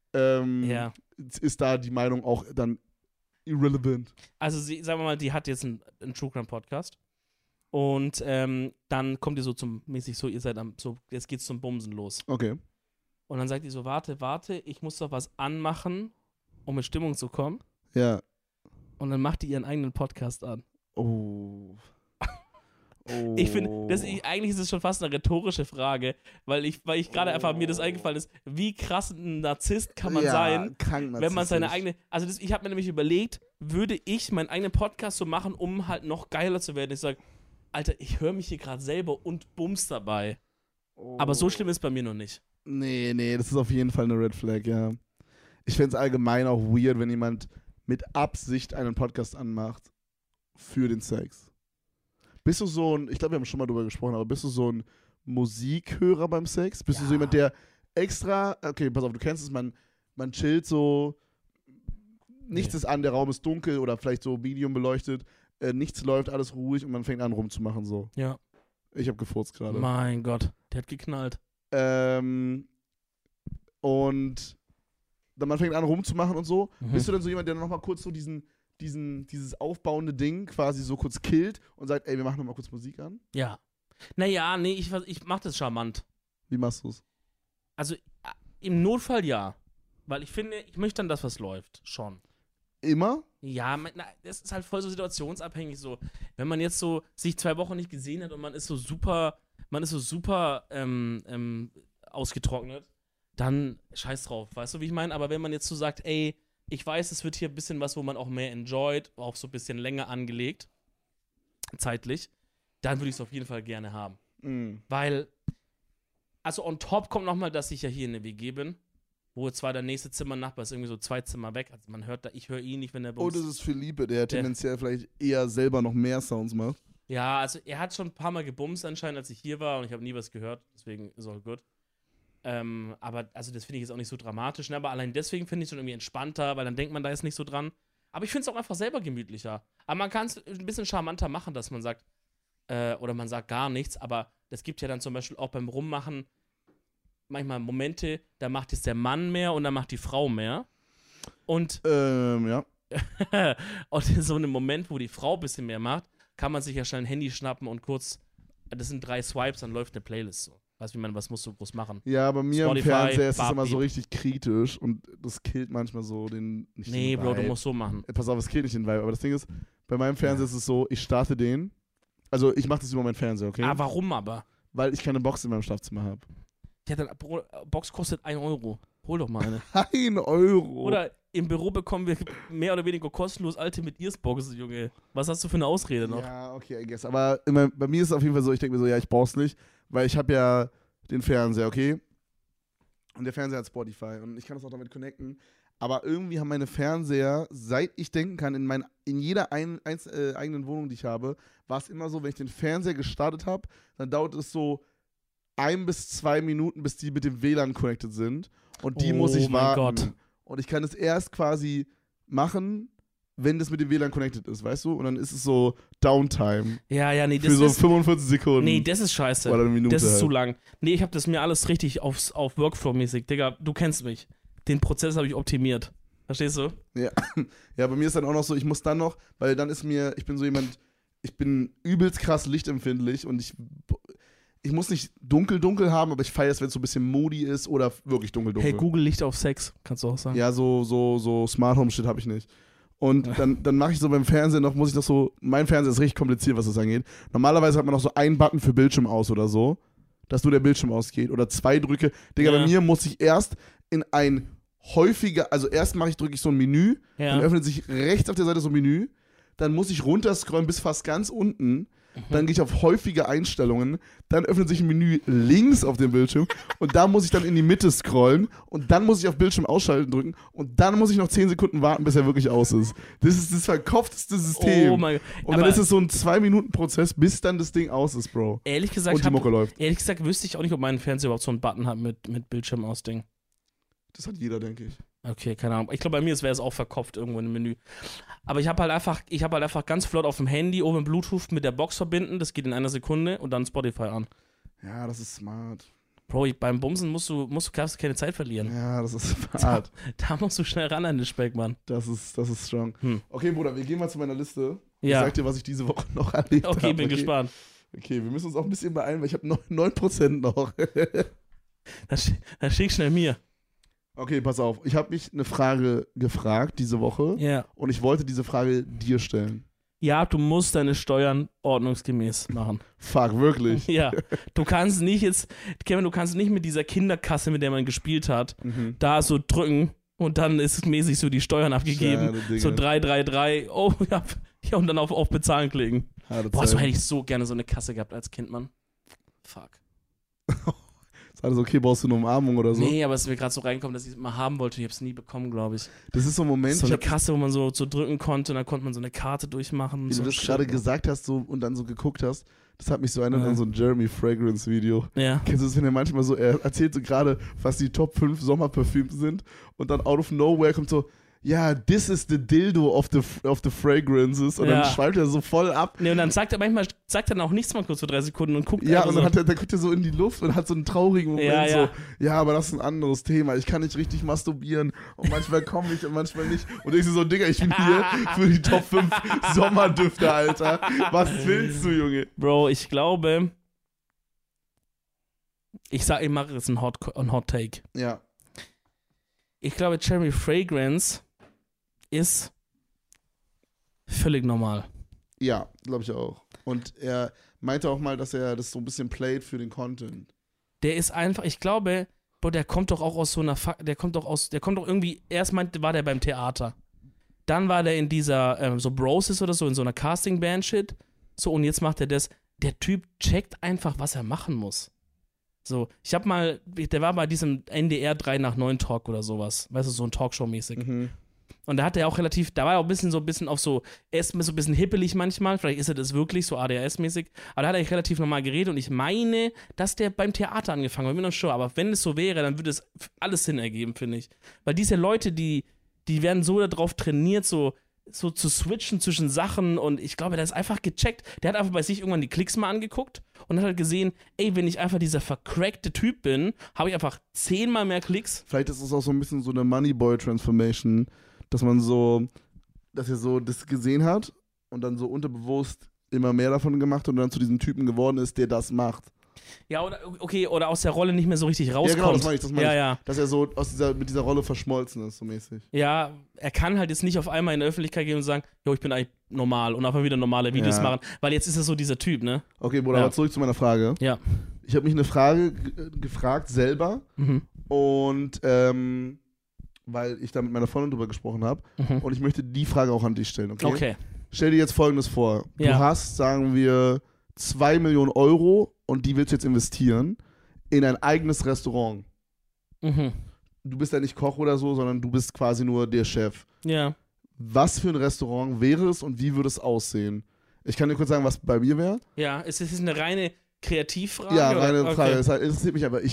ist da die Meinung auch dann irrelevant. Also sagen wir mal, die hat jetzt einen True Crime Podcast. Und dann kommt ihr so mäßig so, ihr seid jetzt geht's zum Bumsen los. Okay. Und dann sagt ihr so, warte, ich muss doch was anmachen, um in Stimmung zu kommen. Ja. Und dann macht die ihren eigenen Podcast an. Oh. Ich finde, eigentlich ist es schon fast eine rhetorische Frage, weil ich gerade einfach mir das eingefallen ist, wie krass ein Narzisst kann man sein, wenn man seine eigene, also ich habe mir nämlich überlegt, würde ich meinen eigenen Podcast so machen, um halt noch geiler zu werden. Ich sage, Alter, ich höre mich hier gerade selber und bums dabei. Aber so schlimm ist bei mir noch nicht. Nee, das ist auf jeden Fall eine Red Flag, ja. Ich fände es allgemein auch weird, wenn jemand mit Absicht einen Podcast anmacht für den Sex. Bist du so ein, ich glaube, wir haben schon mal drüber gesprochen, aber bist du so ein Musikhörer beim Sex? Bist du so jemand, der extra, okay, pass auf, du kennst es, man chillt so, nichts ist an, der Raum ist dunkel oder vielleicht so medium beleuchtet, nichts läuft, alles ruhig und man fängt an rumzumachen so. Ja. Ich habe gefurzt gerade. Mein Gott, der hat geknallt. Und dann man fängt an rumzumachen und so. Mhm. Bist du dann so jemand, der nochmal kurz so dieses aufbauende Ding quasi so kurz killt und sagt, ey, wir machen nochmal kurz Musik an? Ja. Naja, nee, ich mach das charmant. Wie machst du's? Also im Notfall ja. Weil ich finde, ich möchte dann, dass was läuft. Schon. Immer? Ja, das ist halt voll so situationsabhängig so. Wenn man jetzt so sich 2 Wochen nicht gesehen hat und man ist so super ausgetrocknet, dann scheiß drauf, weißt du, wie ich meine? Aber wenn man jetzt so sagt, ey, ich weiß, es wird hier ein bisschen was, wo man auch mehr enjoyt, auch so ein bisschen länger angelegt, zeitlich, dann würde ich es auf jeden Fall gerne haben. Mhm. Weil, also on top kommt nochmal, dass ich ja hier in der WG bin, wo zwar der nächste Zimmernachbar ist irgendwie so 2 Zimmer weg, also man hört da, ich höre ihn nicht, wenn er bei uns. Oh, das ist Philippe, der tendenziell vielleicht eher selber noch mehr Sounds macht. Ja, also er hat schon ein paar Mal gebumst anscheinend, als ich hier war und ich habe nie was gehört, deswegen ist auch gut. Aber also das finde ich jetzt auch nicht so dramatisch, ne? Aber allein deswegen finde ich es schon irgendwie entspannter, weil dann denkt man da jetzt nicht so dran. Aber ich finde es auch einfach selber gemütlicher. Aber man kann es ein bisschen charmanter machen, dass man sagt, oder man sagt gar nichts, aber das gibt ja dann zum Beispiel auch beim Rummachen manchmal Momente, da macht jetzt der Mann mehr und dann macht die Frau mehr. Und ja. und in so einem Moment, wo die Frau ein bisschen mehr macht, kann man sich ja schnell ein Handy schnappen und kurz, das sind 3 Swipes, dann läuft eine Playlist so. Weißt du, was musst du groß machen? Ja, bei mir Spotify, im Fernseher ist es immer Barbeat. so richtig kritisch und das killt manchmal so den. Nee, Bro, du musst so machen. Pass auf, es killt nicht den Vibe, aber das Ding ist, bei meinem Fernseher ist es so, ich starte den. Also ich mache das über meinen Fernseher, okay? Ah, warum aber? Weil ich keine Box in meinem Schlafzimmer habe. Ja, dann, Box kostet 1 Euro. Hol doch mal eine. 1 Euro. Oder im Büro bekommen wir mehr oder weniger kostenlos Ultimate Ears Boxen, Junge. Was hast du für eine Ausrede noch? Ja, okay, I guess. Aber bei mir ist es auf jeden Fall so, ich denke mir so, ja, ich brauch's nicht, weil ich habe ja den Fernseher, okay? Und der Fernseher hat Spotify und ich kann das auch damit connecten. Aber irgendwie haben meine Fernseher, seit ich denken kann, in jeder eigenen Wohnung, die ich habe, war es immer so, wenn ich den Fernseher gestartet habe, dann dauert es so 1 bis 2 Minuten, bis die mit dem WLAN connected sind. Und die muss ich warten. Gott. Und ich kann es erst quasi machen, wenn das mit dem WLAN connected ist, weißt du? Und dann ist es so Downtime. Ja, nee, das für so ist 45 Sekunden. Nee, das ist scheiße. Oder eine Minute das ist halt. zu lang. Nee, ich habe das mir alles richtig auf Workflow-mäßig. Digga, du kennst mich. Den Prozess habe ich optimiert. Verstehst du? Ja. Ja, bei mir ist dann auch noch so, ich muss dann noch, weil dann ist mir, ich bin so jemand, ich bin übelst krass lichtempfindlich und ich muss nicht dunkel haben, aber ich feiere es, wenn es so ein bisschen moody ist oder wirklich dunkel. Hey, Google Licht auf Sex, kannst du auch sagen. Ja, so Smart Home Shit habe ich nicht. Und dann mache ich so beim Fernsehen noch, muss ich noch so, mein Fernseher ist richtig kompliziert, was das angeht. Normalerweise hat man noch so einen Button für Bildschirm aus oder so. dass nur der Bildschirm ausgeht. Oder 2 Drücke. Digga, Ja. bei mir muss ich erst in ein häufiger, also erst drücke ich so ein Menü, dann öffnet sich rechts auf der Seite so ein Menü, dann muss ich runterscrollen bis fast ganz unten, dann gehe ich auf häufige Einstellungen, dann öffnet sich ein Menü links auf dem Bildschirm und da muss ich dann in die Mitte scrollen und dann muss ich auf Bildschirm ausschalten drücken und dann muss ich noch 10 Sekunden warten, bis er wirklich aus ist. Das ist das verkopfteste System. Oh mein Gott. Und dann ist es so ein 2-Minuten-Prozess, bis dann das Ding aus ist, Bro. Ehrlich gesagt, Und die Mucke läuft. ehrlich gesagt wüsste ich auch nicht, ob mein Fernseher überhaupt so einen Button hat mit Bildschirm ausding. Das hat jeder, denke ich. Okay, keine Ahnung. Ich glaube, bei mir wäre es auch verkopft irgendwo im Menü. Aber ich habe halt einfach ganz flott auf dem Handy oben Bluetooth mit der Box verbinden. Das geht in einer Sekunde und dann Spotify an. Ja, das ist smart. Bro, beim Bumsen musst du keine Zeit verlieren. Ja, das ist smart. Da musst du schnell ran an den Speck, Mann. Das ist strong. Okay, Bruder, wir gehen mal zu meiner Liste. Ja. Ich sag dir, was ich diese Woche noch erlebt habe. Okay, bin gespannt. Okay, wir müssen uns auch ein bisschen beeilen, weil ich habe 9% noch. Dann schick schnell mir. Okay, pass auf. Ich habe mich eine Frage gefragt diese Woche Ja. und ich wollte diese Frage dir stellen. Ja, du musst deine Steuern ordnungsgemäß machen. Fuck, wirklich? Ja. Du kannst nicht Kevin, du kannst nicht mit dieser Kinderkasse, mit der man gespielt hat, da so drücken und dann ist mäßig so die Steuern abgegeben. Schade, So 333, oh ja, und dann auf Bezahlen klicken. Boah, so hätte ich so gerne so eine Kasse gehabt als Kind, Mann. Fuck. Ist alles okay, brauchst du eine Umarmung oder so? Nee, aber es ist mir gerade so reingekommen, dass ich es mal haben wollte. Ich habe es nie bekommen, glaube ich. Das ist so ein Moment, So eine Kasse, wo man so drücken konnte und dann konnte man so eine Karte durchmachen. wie so du das gerade gesagt hast so, und dann so geguckt hast, das hat mich so erinnert Ja. an so ein Jeremy Fragrance Video. Ja. Kennst du das, wenn er manchmal so, er erzählt so gerade, was die Top 5 Sommerparfüms sind und dann out of nowhere kommt so, ja, this is the dildo of the fragrances und Ja. dann schweift er so voll ab. Nee, und dann sagt er auch nichts mal kurz für 3 Sekunden und guckt Ja, einfach und dann guckt er so in die Luft und hat so einen traurigen Moment Ja, so, ja. ja, aber das ist ein anderes Thema. Ich kann nicht richtig masturbieren und manchmal komme ich und manchmal nicht. Und ich so, Digga, ich bin hier für die Top 5 Sommerdüfte, Alter. Was willst du, Junge? Bro, ich glaube, ich mache jetzt einen Hot Take. Ja. Ich glaube, Cherry Fragrance ist völlig normal. Ja, glaube ich auch. Und er meinte auch mal, dass er das so ein bisschen playt für den Content. Der ist einfach, ich glaube, Bro, der kommt doch auch aus so einer, der kommt doch irgendwie, erst war der beim Theater. Dann war der in dieser, so Broses oder so, in so einer Casting-Band-Shit. So, und jetzt macht er das. Der Typ checkt einfach, was er machen muss. So, der war bei diesem NDR 3 nach 9 Talk oder sowas. Weißt du, so ein Talkshow-mäßig. Mhm. Und da hat er auch da war er auch ein bisschen auf so, er ist so ein bisschen hippelig manchmal, vielleicht ist er das wirklich, so ADHS-mäßig, aber da hat er relativ normal geredet und ich meine, dass der beim Theater angefangen hat, bin mir noch sure, aber wenn es so wäre, dann würde es alles Sinn ergeben, finde ich. Weil diese Leute, die werden so darauf trainiert, so zu switchen zwischen Sachen und ich glaube, der ist einfach gecheckt. Der hat einfach bei sich irgendwann die Klicks mal angeguckt und hat halt gesehen, ey, wenn ich einfach dieser vercrackte Typ bin, habe ich einfach 10-mal mehr Klicks. Vielleicht ist es auch so ein bisschen so eine Moneyboy-Transformation, dass er so das gesehen hat und dann so unterbewusst immer mehr davon gemacht und dann zu diesem Typen geworden ist, der das macht. Ja, oder aus der Rolle nicht mehr so richtig rauskommt. Ja, genau, das meine ich. Ja. Dass er so mit dieser Rolle verschmolzen ist, so mäßig. Ja, er kann halt jetzt nicht auf einmal in der Öffentlichkeit gehen und sagen, jo, ich bin eigentlich normal und einfach wieder normale Videos machen, weil jetzt ist er so dieser Typ, ne? Okay, Bruder, aber zurück zu meiner Frage. Ja. Ich habe mich eine Frage gefragt selber und weil ich da mit meiner Freundin drüber gesprochen habe und ich möchte die Frage auch an dich stellen, okay? Okay. Stell dir jetzt Folgendes vor. Du Ja. hast, sagen wir, 2 Millionen Euro und die willst du jetzt investieren in ein eigenes Restaurant. Mhm. Du bist ja nicht Koch oder so, sondern du bist quasi nur der Chef. Ja. Was für ein Restaurant wäre es und wie würde es aussehen? Ich kann dir kurz sagen, was bei mir wäre. Ja, ist das eine reine Kreativfrage? Ja, oder? reine Okay. Frage. Das interessiert mich aber.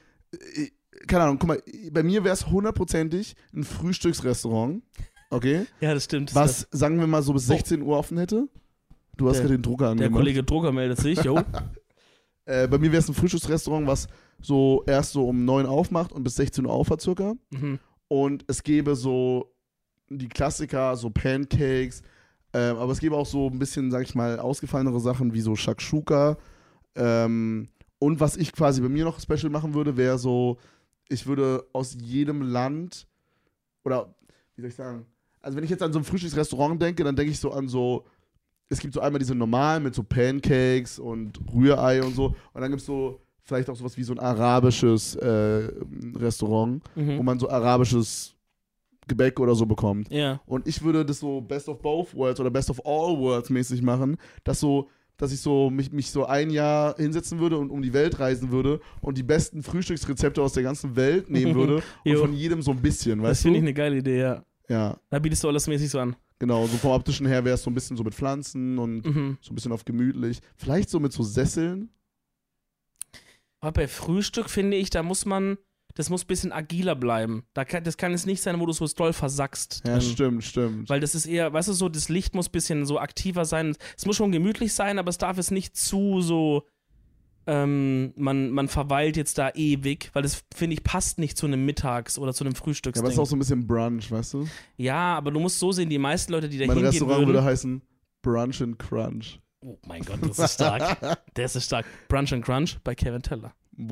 Keine Ahnung, guck mal, bei mir wäre es 100%ig ein Frühstücksrestaurant. Okay? Ja, das stimmt. Was, sagen wir mal, so bis 16 Uhr offen hätte. Du hast gerade den Drucker Der angemacht. Kollege Drucker meldet sich, jo. Bei mir wäre es ein Frühstücksrestaurant, was so erst so um 9 aufmacht und bis 16 Uhr auf hat circa. Mhm. Und es gäbe so die Klassiker, so Pancakes, aber es gäbe auch so ein bisschen, sag ich mal, ausgefallenere Sachen wie so Shakshuka. Und was ich quasi bei mir noch special machen würde, wäre so, ich würde aus jedem Land, oder wie soll ich sagen, also wenn ich jetzt an so ein Frühstücksrestaurant denke, dann denke ich so an so, es gibt so einmal diese normalen mit so Pancakes und Rührei und so, und dann gibt es so vielleicht auch sowas wie so ein arabisches Restaurant, wo man so arabisches Gebäck oder so bekommt. Ja. Und ich würde das so Best of Both Worlds oder Best of All Worlds mäßig machen, dass ich so mich so ein Jahr hinsetzen würde und um die Welt reisen würde und die besten Frühstücksrezepte aus der ganzen Welt nehmen würde und von jedem so ein bisschen, weißt du? Das finde ich eine geile Idee, ja. Ja. Da bietest du alles mäßig so an. Genau, so vom optischen her wäre es so ein bisschen so mit Pflanzen und so ein bisschen auf gemütlich. Vielleicht so mit so Sesseln. Aber bei Frühstück finde ich, das muss ein bisschen agiler bleiben. Das kann es nicht sein, wo du so doll versackst. Ja, stimmt. Weil das ist eher, weißt du, so das Licht muss ein bisschen so aktiver sein. Es muss schon gemütlich sein, aber es darf es nicht zu so, man verweilt jetzt da ewig, weil das, finde ich, passt nicht zu einem Mittags- oder zu einem Ja, Frühstücksding. aber es ist auch so ein bisschen Brunch, weißt du? Ja, aber du musst so sehen, die meisten Leute, die da Mein hingehen Restaurant würden, würde heißen Brunch and Crunch. oh mein Gott, das ist stark. Das ist stark. Brunch and Crunch bei Kevin Teller.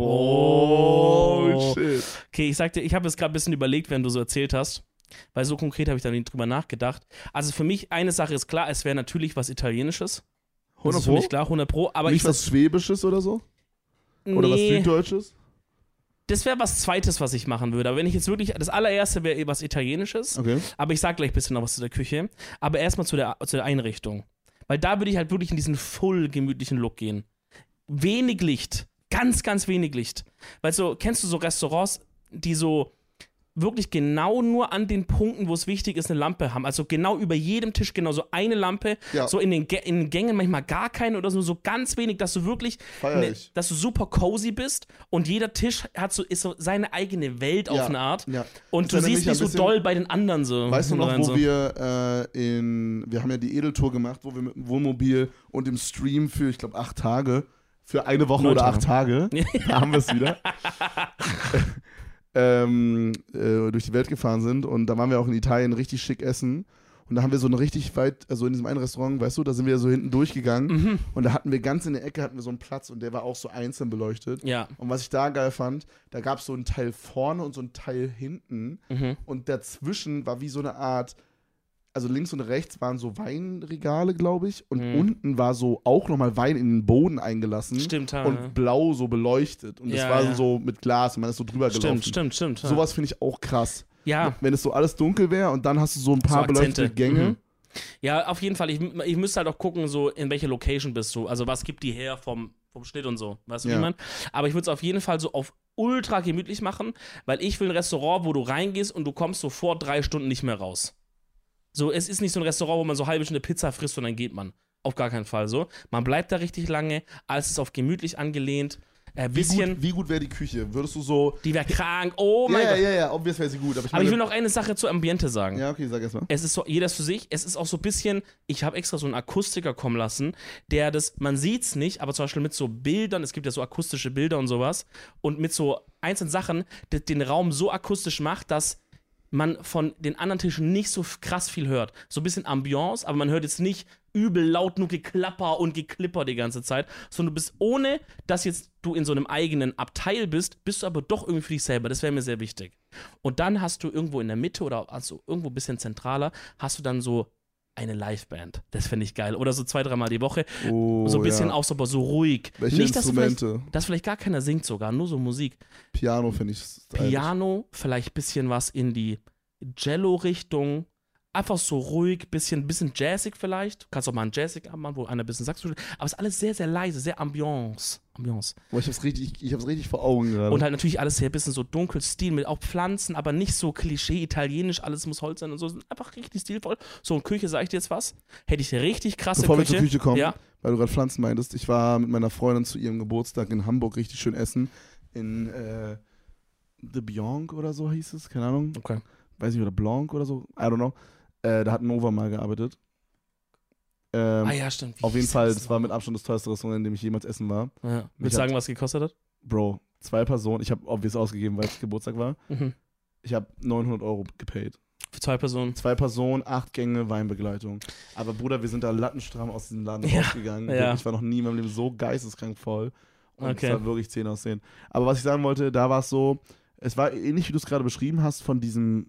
Boah, shit. Okay, ich sag dir, ich habe jetzt gerade ein bisschen überlegt, wenn du so erzählt hast, weil so konkret habe ich da nicht drüber nachgedacht. Also für mich, eine Sache ist klar, es wäre natürlich was Italienisches. Das ist für mich klar, 100 Pro. Aber nicht was Schwäbisches oder so? Oder was Süddeutsches? Das wäre was Zweites, was ich machen würde. Aber wenn ich jetzt wirklich, das allererste wäre was Italienisches. Okay. Aber ich sag gleich ein bisschen noch was zu der Küche. Aber erstmal zu der Einrichtung. Weil da würde ich halt wirklich in diesen full gemütlichen Look gehen. Wenig Licht. Ganz, ganz wenig Licht. Weil so, kennst du so Restaurants, die so wirklich genau nur an den Punkten, wo es wichtig ist, eine Lampe haben. Also genau über jedem Tisch genau so eine Lampe. Ja. So in den Gängen manchmal gar keine oder so ganz wenig, dass du wirklich, dass du super cozy bist und jeder Tisch hat ist so seine eigene Welt auf eine Art. Ja. Und du siehst nicht so doll bei den anderen so. Weißt du noch, wo wir wir haben ja die Edeltour gemacht, wo wir mit dem Wohnmobil und im Stream für, ich glaube, 8 Tage, für eine Woche oder 8 Tage, da haben wir es wieder, durch die Welt gefahren sind und da waren wir auch in Italien richtig schick essen und da haben wir so eine richtig weit, also in diesem einen Restaurant, weißt du, da sind wir so hinten durchgegangen und da hatten wir ganz in der Ecke so einen Platz und der war auch so einzeln beleuchtet. Ja. Und was ich da geil fand, da gab es so einen Teil vorne und so einen Teil hinten und dazwischen war wie so eine Art, also links und rechts waren so Weinregale, glaube ich, und unten war so auch nochmal Wein in den Boden eingelassen. Stimmt, ja. Und blau so beleuchtet. Und das war so mit Glas und man ist so drüber gelaufen. Stimmt. Ja. Sowas finde ich auch krass. Ja. Wenn es so alles dunkel wäre und dann hast du so ein paar so beleuchtete Gänge. Ja, auf jeden Fall. Ich müsste halt auch gucken, so in welche Location bist du. Also was gibt die her vom Schnitt und so. Weißt du, wie man? Aber ich würde es auf jeden Fall so auf ultra gemütlich machen, weil ich will ein Restaurant, wo du reingehst und du kommst so vor 3 Stunden nicht mehr raus. So, es ist nicht so ein Restaurant, wo man so halbe Stunde Pizza frisst und dann geht man. Auf gar keinen Fall so. Man bleibt da richtig lange, alles ist auf gemütlich angelehnt. Wie gut wäre die Küche? Würdest du so... Die wäre krank, oh mein Gott. Ja, obvious wäre sie gut. Aber ich will noch eine Sache zu Ambiente sagen. Ja, okay, sag erst mal. Es ist so, jeder für sich, es ist auch so ein bisschen, ich habe extra so einen Akustiker kommen lassen, man sieht's nicht, aber zum Beispiel mit so Bildern, es gibt ja so akustische Bilder und sowas, und mit so einzelnen Sachen, den Raum so akustisch macht, dass man von den anderen Tischen nicht so krass viel hört. So ein bisschen Ambiance, aber man hört jetzt nicht übel laut nur Geklapper und Geklipper die ganze Zeit, sondern du bist, ohne dass jetzt du in so einem eigenen Abteil bist du aber doch irgendwie für dich selber. Das wäre mir sehr wichtig. Und dann hast du irgendwo in der Mitte oder also irgendwo ein bisschen zentraler, hast du dann so eine Liveband. Das finde ich geil. Oder so 2-3 Mal die Woche. So ein bisschen auch so ruhig. Welche nicht, Instrumente? Dass vielleicht gar keiner singt sogar, nur so Musik. Piano finde ich stylisch. Piano, vielleicht ein bisschen was in die Cello-Richtung. Einfach so ruhig, bisschen jazzig vielleicht. Du kannst auch mal einen Jazzig machen, wo einer ein bisschen Saxophon spielt. Aber es ist alles sehr, sehr leise, sehr Ambiance. Boah, ich hab's richtig vor Augen gerade. Und halt natürlich alles sehr ein bisschen so dunkel, Stil mit auch Pflanzen, aber nicht so Klischee, italienisch, alles muss Holz sein und so. Einfach richtig stilvoll. So, in Küche, sag ich dir jetzt was, hätte ich richtig krasse Bevor Küche. wir zur Küche kommen, ja. weil du gerade Pflanzen meintest, ich war mit meiner Freundin zu ihrem Geburtstag in Hamburg richtig schön essen. In The Beyond oder so hieß es, keine Ahnung. Okay. Weiß nicht, oder Blanc oder so, I don't know. Da hat Nova mal gearbeitet. Ja, stimmt. Auf jeden Fall, das war mit Abstand das teuerste Restaurant, in dem ich jemals essen war. Ja. Willst du sagen, was gekostet hat? Bro, 2 Personen. Ich habe obvious ausgegeben, weil es Geburtstag war. Ich habe 900 € gepaid. Für 2 Personen? 2 Personen, 8 Gänge, Weinbegleitung. Aber Bruder, wir sind da lattenstramm aus diesem Laden rausgegangen. Ja. Ich war noch nie in meinem Leben so geisteskrank voll. Und Okay. es war wirklich 10 aus 10. Aber was ich sagen wollte, da war es so, es war ähnlich, wie du es gerade beschrieben hast, von diesem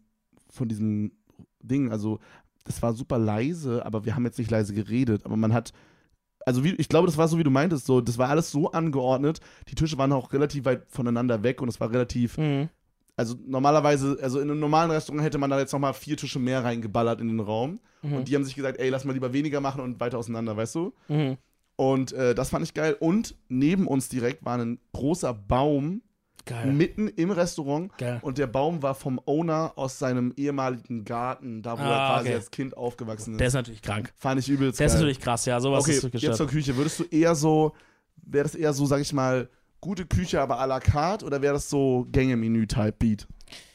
Ding. Also, das war super leise, aber wir haben jetzt nicht leise geredet. Aber man hat also ich glaube, das war so, wie du meintest, so, das war alles so angeordnet, die Tische waren auch relativ weit voneinander weg und es war relativ, also normalerweise, also in einem normalen Restaurant hätte man da jetzt nochmal 4 Tische mehr reingeballert in den Raum und die haben sich gesagt, ey, lass mal lieber weniger machen und weiter auseinander, weißt du? Und das fand ich geil und neben uns direkt war ein großer Baum, mitten im Restaurant. Geil. Und der Baum war vom Owner aus seinem ehemaligen Garten, da wo er quasi als Kind aufgewachsen ist. Der ist natürlich krank. Fand ich übelst geil. Der ist natürlich krass, ja, sowas ist Okay, jetzt zur Küche. Würdest du eher so, wäre das eher so, sag ich mal, gute Küche, aber à la carte oder wäre das so Gänge-Menü-Type-Beat?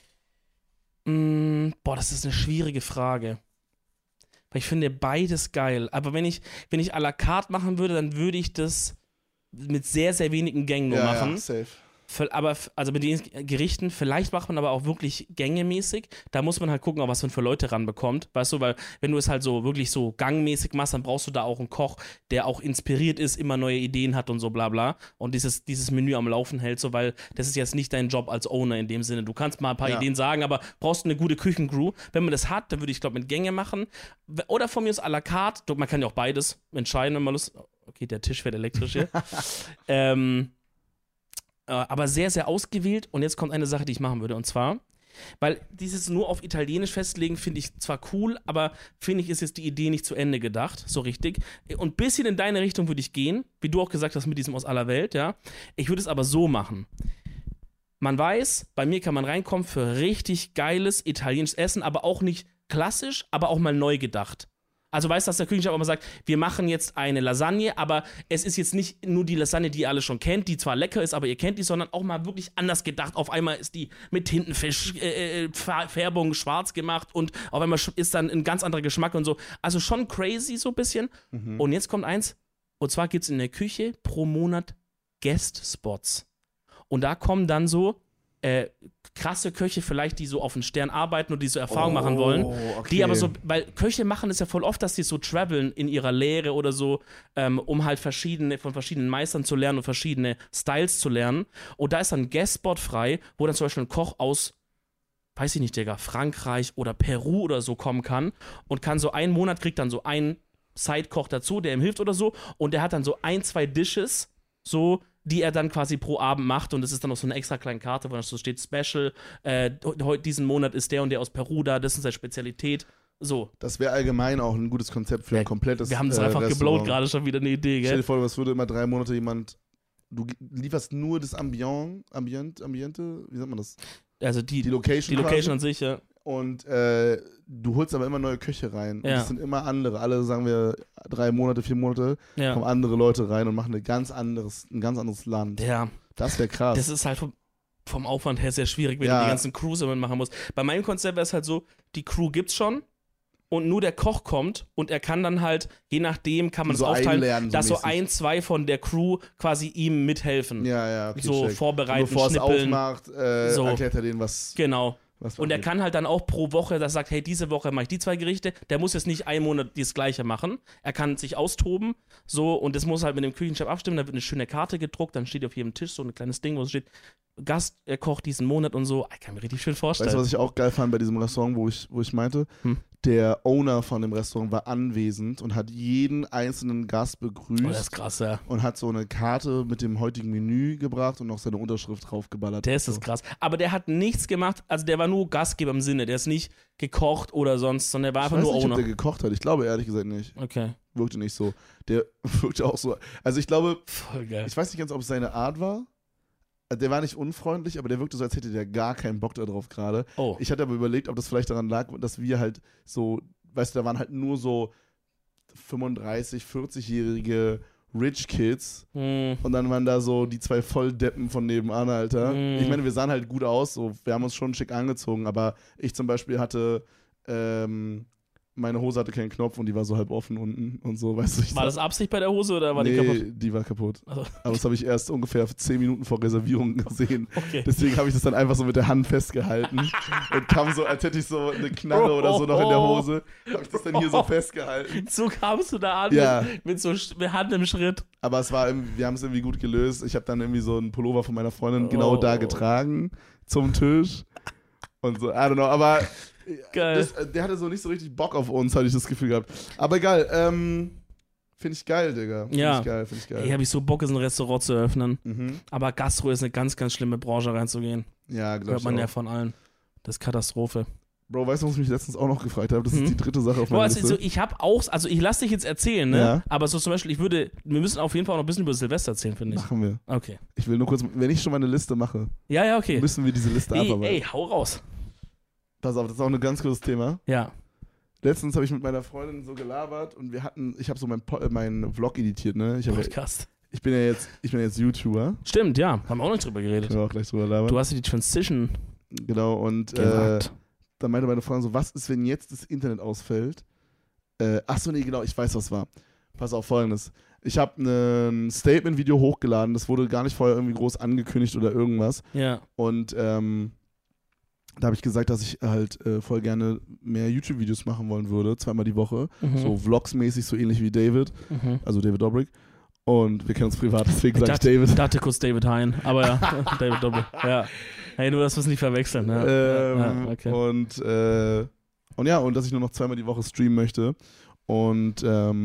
Boah, das ist eine schwierige Frage. Weil ich finde beides geil. Aber wenn ich à la carte machen würde, dann würde ich das mit sehr, sehr wenigen Gängen nur machen. Ja, safe. Aber, also mit den Gerichten, vielleicht macht man aber auch wirklich gängemäßig. Da muss man halt gucken, was man für Leute ranbekommt. Weißt du, weil wenn du es halt so wirklich so gangmäßig machst, dann brauchst du da auch einen Koch, der auch inspiriert ist, immer neue Ideen hat und so bla bla. Und dieses Menü am Laufen hält, so, weil das ist jetzt nicht dein Job als Owner in dem Sinne. Du kannst mal ein paar Ideen sagen, aber brauchst eine gute Küchencrew. Wenn man das hat, dann würde ich, glaube mit Gänge machen. Oder von mir aus à la carte. Man kann ja auch beides entscheiden, wenn man Lust. Okay, der Tisch wird elektrisch hier. Aber sehr, sehr ausgewählt. Und jetzt kommt eine Sache, die ich machen würde. Und zwar, weil dieses nur auf Italienisch festlegen, finde ich zwar cool, aber finde ich, ist jetzt die Idee nicht zu Ende gedacht, so richtig. Und ein bisschen in deine Richtung würde ich gehen, wie du auch gesagt hast, mit diesem aus aller Welt, ja. Ich würde es aber so machen. Man weiß, bei mir kann man reinkommen für richtig geiles italienisches Essen, aber auch nicht klassisch, aber auch mal neu gedacht. Also weißt du, dass der Küchenchef auch mal sagt, wir machen jetzt eine Lasagne, aber es ist jetzt nicht nur die Lasagne, die ihr alle schon kennt, die zwar lecker ist, aber ihr kennt die, sondern auch mal wirklich anders gedacht. Auf einmal ist die mit Tintenfisch, Färbung schwarz gemacht und auf einmal ist dann ein ganz anderer Geschmack und so. Also schon crazy so ein bisschen. Und jetzt kommt eins, und zwar gibt es in der Küche pro Monat Guest-Spots. Und da kommen dann so krasse Köche vielleicht, die so auf den Stern arbeiten und die so Erfahrung machen wollen. Okay. Die aber so, weil Köche machen es ja voll oft, dass die so traveln in ihrer Lehre oder so, um halt von verschiedenen Meistern zu lernen und verschiedene Styles zu lernen. Und da ist dann ein Guest-Spot frei, wo dann zum Beispiel ein Koch aus, weiß ich nicht, Digga, Frankreich oder Peru oder so kommen kann und kann so einen Monat, kriegt dann so einen Sidekoch dazu, der ihm hilft oder so und der hat dann so 1-2 Dishes, so, die er dann quasi pro Abend macht und es ist dann noch so eine extra kleine Karte, wo dann so steht Special, diesen Monat ist der und der aus Peru da, das ist seine Spezialität, so. Das wäre allgemein auch ein gutes Konzept für ein komplettes Wir haben das einfach geblowt, gerade schon wieder eine Idee, gell? Stell dir vor, was würde immer 3 Monate jemand, du lieferst nur das Ambiente, wie sagt man das? Also die Location. Die Location an sich, ja. Und du holst aber immer neue Köche rein. Und das sind immer andere. Alle, sagen wir, 3 Monate, 4 Monate, kommen andere Leute rein und machen ein ganz anderes Land. Ja. Das wäre krass. Das ist halt vom Aufwand her sehr schwierig, wenn du die ganzen Crews immer machen musst. Bei meinem Konzept wäre es halt so, die Crew gibt's schon und nur der Koch kommt und er kann dann halt, je nachdem kann man es aufteilen, dass so 1-2 von der Crew quasi ihm mithelfen. Ja, okay, so check. vorbereiten, bevor es schnippeln. aufmacht, erklärt er denen was. Genau. Und er kann halt dann auch pro Woche, das sagt, hey, diese Woche mache ich die 2 Gerichte, der muss jetzt nicht einen Monat das Gleiche machen. Er kann sich austoben, so, und das muss halt mit dem Küchenchef abstimmen, da wird eine schöne Karte gedruckt, dann steht auf jedem Tisch so ein kleines Ding, wo es steht, Gast, er kocht diesen Monat und so. Ich kann mir richtig schön vorstellen. Weißt du, was ich auch geil fand bei diesem Restaurant, wo ich meinte? Der Owner von dem Restaurant war anwesend und hat jeden einzelnen Gast begrüßt. Oh, das ist krass, ja. Und hat so eine Karte mit dem heutigen Menü gebracht und noch seine Unterschrift draufgeballert. Der ist das krass. Aber der hat nichts gemacht, also der war nur Gastgeber im Sinne, der ist nicht gekocht oder sonst, sondern der war einfach nur Owner. Ich weiß nicht, ob der gekocht hat. Ich glaube ehrlich gesagt nicht. Okay. Wirkte nicht so. Der wirkte auch so. Also ich glaube, voll geil. Ich weiß nicht ganz, ob es seine Art war. Der war nicht unfreundlich, aber der wirkte so, als hätte der gar keinen Bock darauf gerade. Oh. Ich hatte aber überlegt, ob das vielleicht daran lag, dass wir halt so, weißt du, da waren halt nur so 35-, 40-jährige Rich Kids und dann waren da so die 2 Volldeppen von nebenan, Alter. Ich meine, wir sahen halt gut aus, so, wir haben uns schon schick angezogen, aber ich zum Beispiel hatte meine Hose hatte keinen Knopf und die war so halb offen unten und so, weißt du. War das Absicht bei der Hose oder war die kaputt? Nee, die war kaputt. Also. Aber das habe ich erst ungefähr 10 Minuten vor Reservierung gesehen. Okay. Deswegen habe ich das dann einfach so mit der Hand festgehalten und kam so, als hätte ich so eine Knarre oder so noch in der Hose, habe ich das dann hier so festgehalten. So kamst du da an mit Hand im Schritt. Aber wir haben es irgendwie gut gelöst. Ich habe dann irgendwie so einen Pullover von meiner Freundin genau da getragen zum Tisch und so, I don't know, aber geil. Der hatte so nicht so richtig Bock auf uns, hatte ich das Gefühl gehabt. Aber egal, Finde ich geil, Digga. Ja. Finde ich geil. Ey, habe ich so Bock, so ein Restaurant zu eröffnen. Mhm. Aber Gastro ist eine ganz, ganz schlimme Branche reinzugehen. Ja, glaube Hört ich man auch. ja von allen. Das ist Katastrophe. Bro, weißt du, was ich mich letztens auch noch gefragt habe? Das ist die dritte Sache auf Boah, meiner also, Liste. ich habe auch, also ich lasse dich jetzt erzählen, ne? Ja. Aber so zum Beispiel, wir müssen auf jeden Fall auch noch ein bisschen über Silvester erzählen, finde ich. Machen wir. Okay. Ich will nur kurz, wenn ich schon mal eine Liste mache, Ja, okay. müssen wir diese Liste abarbeiten. Ey, hau raus. Pass auf, das ist auch ein ganz kurzes Thema. Ja. Letztens habe ich mit meiner Freundin so gelabert und ich habe so meinen Vlog editiert, ne? Podcast. Ich bin ja jetzt YouTuber. Stimmt, ja. Haben wir auch nicht drüber geredet. Können wir auch gleich drüber labern. Du hast ja die Transition Genau, und gewagt. dann meinte meine Freundin so, was ist, wenn jetzt das Internet ausfällt? Achso, nee, genau, ich weiß, was war. Pass auf, Folgendes. Ich habe ein Statement-Video hochgeladen, das wurde gar nicht vorher irgendwie groß angekündigt oder irgendwas. Ja. Und da habe ich gesagt, dass ich halt voll gerne mehr YouTube-Videos machen wollen würde, zweimal die Woche. So Vlogs-mäßig, so ähnlich wie David, also David Dobrik. Und wir kennen uns privat, deswegen sage ich David. Ich dachte kurz David Hein, aber ja, David Dobrik. Ja. Hey, nur, dass wir es nicht verwechseln. Ja. Okay. Und ja, und dass ich nur noch zweimal die Woche streamen möchte. Und